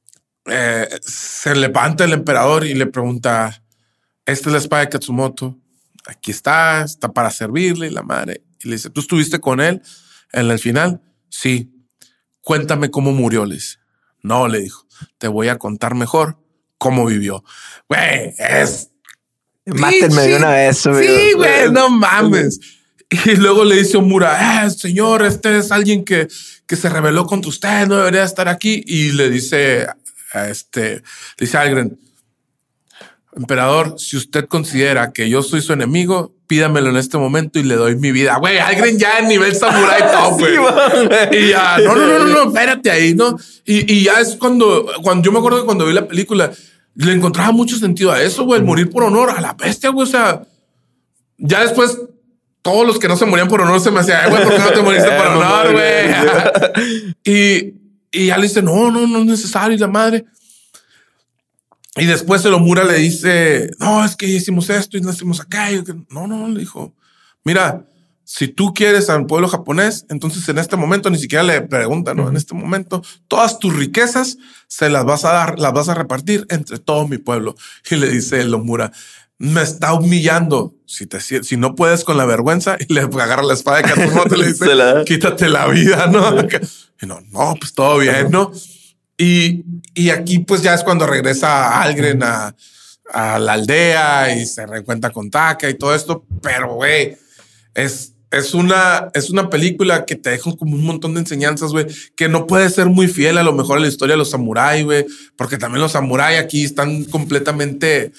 se levanta el emperador y le pregunta, esta es la espada de Katsumoto, aquí está para servirle y la madre. Y le dice, ¿tú estuviste con él en el final? Sí. Cuéntame cómo murió, le dice. No, le dijo, te voy a contar mejor cómo vivió. Güey, mátenme de una vez. Sí, güey, no mames. Y luego le dice Omura, señor, este es alguien que se rebeló contra usted, no debería estar aquí. Y le dice Algren, emperador, si usted considera que yo soy su enemigo, pídamelo en este momento y le doy mi vida. Güey, Algren ya en nivel samurai top, güey. Y ya, no, espérate ahí, ¿no? Y ya es cuando yo me acuerdo que cuando vi la película, le encontraba mucho sentido a eso, güey, el morir por honor a la bestia, güey. O sea, ya después todos los que no se morían por honor se me hacía, güey, ¿por qué no te moriste por honor, güey? y ya le dice, no es necesario, y la madre. Y después el Homura le dice, no, es que hicimos esto y no hicimos aquello. No, le dijo, mira, si tú quieres al pueblo japonés, entonces en este momento ni siquiera le pregunta, ¿no? En este momento, todas tus riquezas se las vas a dar, las vas a repartir entre todo mi pueblo. Y le dice el Homura, me está humillando. Si no puedes con la vergüenza, y le agarra la espada de Katsumoto y le dice, quítate la vida, ¿no? Y no, pues todo bien, ¿no? Y aquí pues ya es cuando regresa Algren a la aldea y se reencuentra con Taka y todo esto. Pero, güey, es una película que te deja como un montón de enseñanzas, güey, que no puede ser muy fiel a lo mejor a la historia de los samuráis, güey, porque también los samuráis aquí están completamente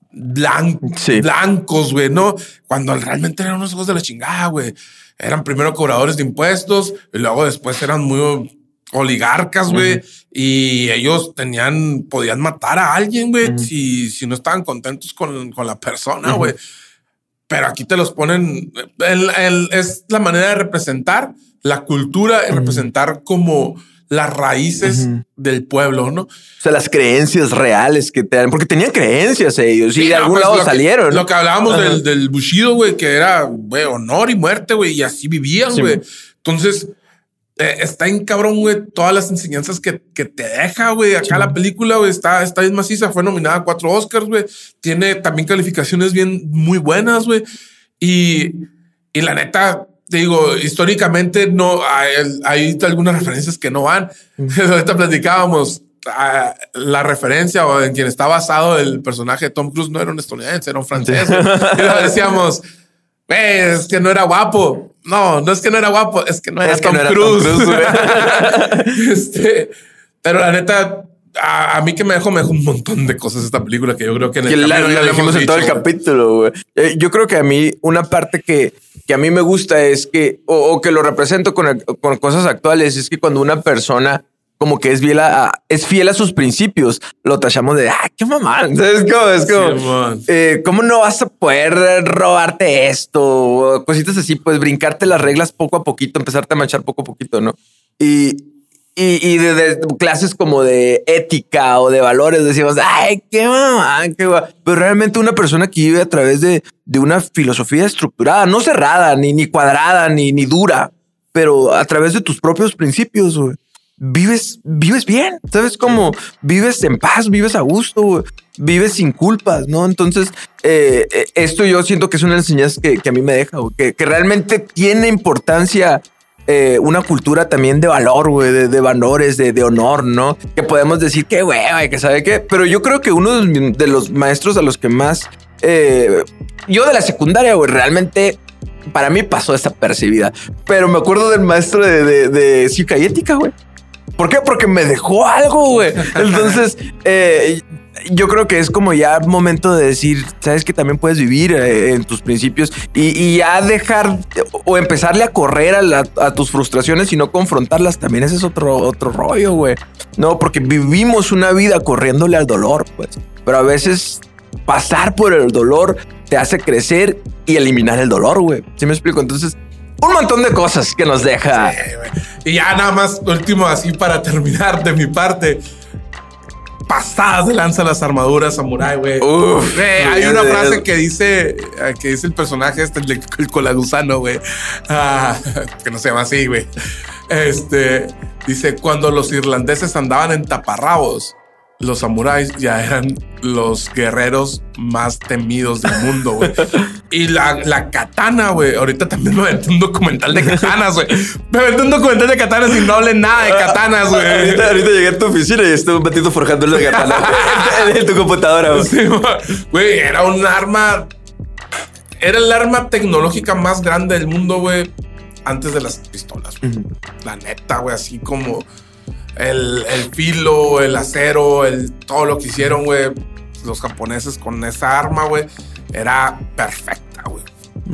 blancos, güey, ¿no? Cuando realmente eran unos hijos de la chingada, güey. Eran primero cobradores de impuestos y luego después eran muy oligarcas, güey. Y ellos podían matar a alguien, güey, si no estaban contentos con la persona, güey. Pero aquí te los ponen, es la manera de representar la cultura y representar como las raíces del pueblo, ¿no? O sea, las creencias reales que te dan, porque tenían creencias ellos y de algún lado salieron. Lo que hablábamos del Bushido, güey, que era, güey, honor y muerte, güey, y así vivían, güey. Entonces, está en cabrón, güey, todas las enseñanzas que te deja, güey. Acá la película, güey, está bien maciza. Fue nominada a 4 Oscars, güey. Tiene también calificaciones muy buenas, güey. Y la neta, te digo, históricamente no hay algunas referencias que no van. Ahorita platicábamos la referencia o en quien está basado el personaje de Tom Cruise no era un estadounidense, era un francés. Y lo decíamos, es que no era guapo. No es que no era guapo, es que no era Tom Cruise. Pero la neta, a mí que me dejó un montón de cosas esta película que yo creo que en el camino la dijimos en todo el capítulo, güey. Yo creo que a mí una parte que a mí me gusta es que, o que lo represento con cosas actuales, es que cuando una persona como que es fiel a sus principios, lo tachamos de qué mamá. Es como ¿cómo no vas a poder robarte esto? Cositas así, pues brincarte las reglas poco a poquito, empezarte a manchar poco a poquito, ¿no? Y de clases como de ética o de valores decimos, ay, qué mamá, qué guay. Pero realmente una persona que vive a través de una filosofía estructurada, no cerrada, ni cuadrada, ni dura, pero a través de tus propios principios, güey. Vives bien, ¿sabes? Como vives en paz, vives a gusto, vives sin culpas, ¿no? Entonces, esto yo siento que es una enseñanza que a mí me deja, que realmente tiene importancia una cultura también de valor, güey, de valores, de honor, ¿no? Que podemos decir que, güey, que sabe qué, pero yo creo que uno de los maestros a los que más, yo de la secundaria, güey, realmente para mí pasó desapercibida, pero me acuerdo del maestro de cívica y ética, güey. ¿Por qué? Porque me dejó algo, güey. Entonces, yo creo que es como ya momento de decir, sabes que también puedes vivir en tus principios y ya dejar o empezarle a correr a tus frustraciones y no confrontarlas. También ese es otro rollo, güey. No, porque vivimos una vida corriéndole al dolor, pues. Pero a veces pasar por el dolor te hace crecer y eliminar el dolor, güey. ¿Sí me explico? Entonces, un montón de cosas que nos deja. Sí, y ya nada más, último, así para terminar de mi parte. Pasadas de lanza las armaduras samurai, güey. Hay una frase que dice el personaje el colagusano, güey. Que no se llama así, güey. Dice, cuando los irlandeses andaban en taparrabos, los samuráis ya eran los guerreros más temidos del mundo, güey. Y la katana, güey. Ahorita también me aventé un documental de katanas, güey. Me aventé un documental de katanas y no hablé nada de katanas, güey. Ahorita llegué a tu oficina y estuve un ratito forjando las katanas en tu computadora, güey. Sí, güey, era un arma. Era el arma tecnológica más grande del mundo, güey. Antes de las pistolas, güey. La neta, güey, así como el filo, el acero, todo lo que hicieron, güey, los japoneses con esa arma, güey, era perfecta, güey.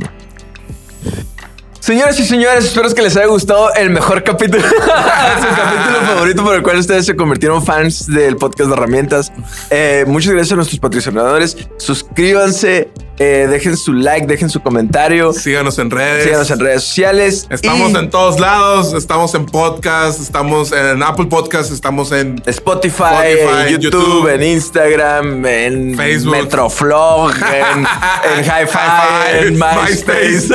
Señoras y señores, espero que les haya gustado el mejor capítulo. Es el capítulo favorito por el cual ustedes se convirtieron fans del podcast de herramientas. Muchas gracias a nuestros patrocinadores. Suscríbanse, Dejen su like, dejen su comentario. Síganos en redes. Síganos en redes sociales. Estamos en todos lados. Estamos en podcast. Estamos en Apple Podcast. Estamos en Spotify, en YouTube, en Instagram, en Facebook, Metroflog, en Hi-Fi, en MySpace.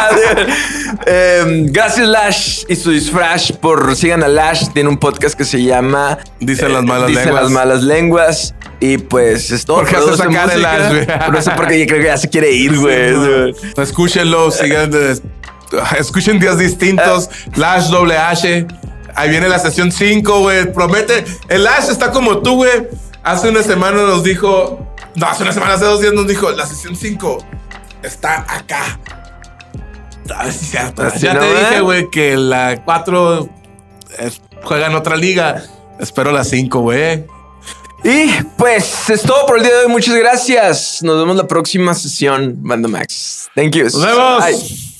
Gracias, Lash y su disfraz por sigan a Lash. Tiene un podcast que se llama Dicen las malas Dicen lenguas. las malas lenguas. Y pues es todo. Porque hace sacar el Lash, güey. No sé por qué yo creo que ya se quiere ir, güey. Escúchenlo, sigan. Escuchen días distintos. Lash WH. Ahí viene la sesión 5, güey. Promete. El Lash está como tú, güey. Hace una semana nos dijo. No, hace una semana, hace 2 días nos dijo: la sesión 5 está acá. Es cierto. Ya te dije, güey, que la 4 juega en otra liga. Espero la 5, güey. Y pues es todo por el día de hoy. Muchas gracias. Nos vemos la próxima sesión, Banda Max. Thank you. Nos vemos. Bye.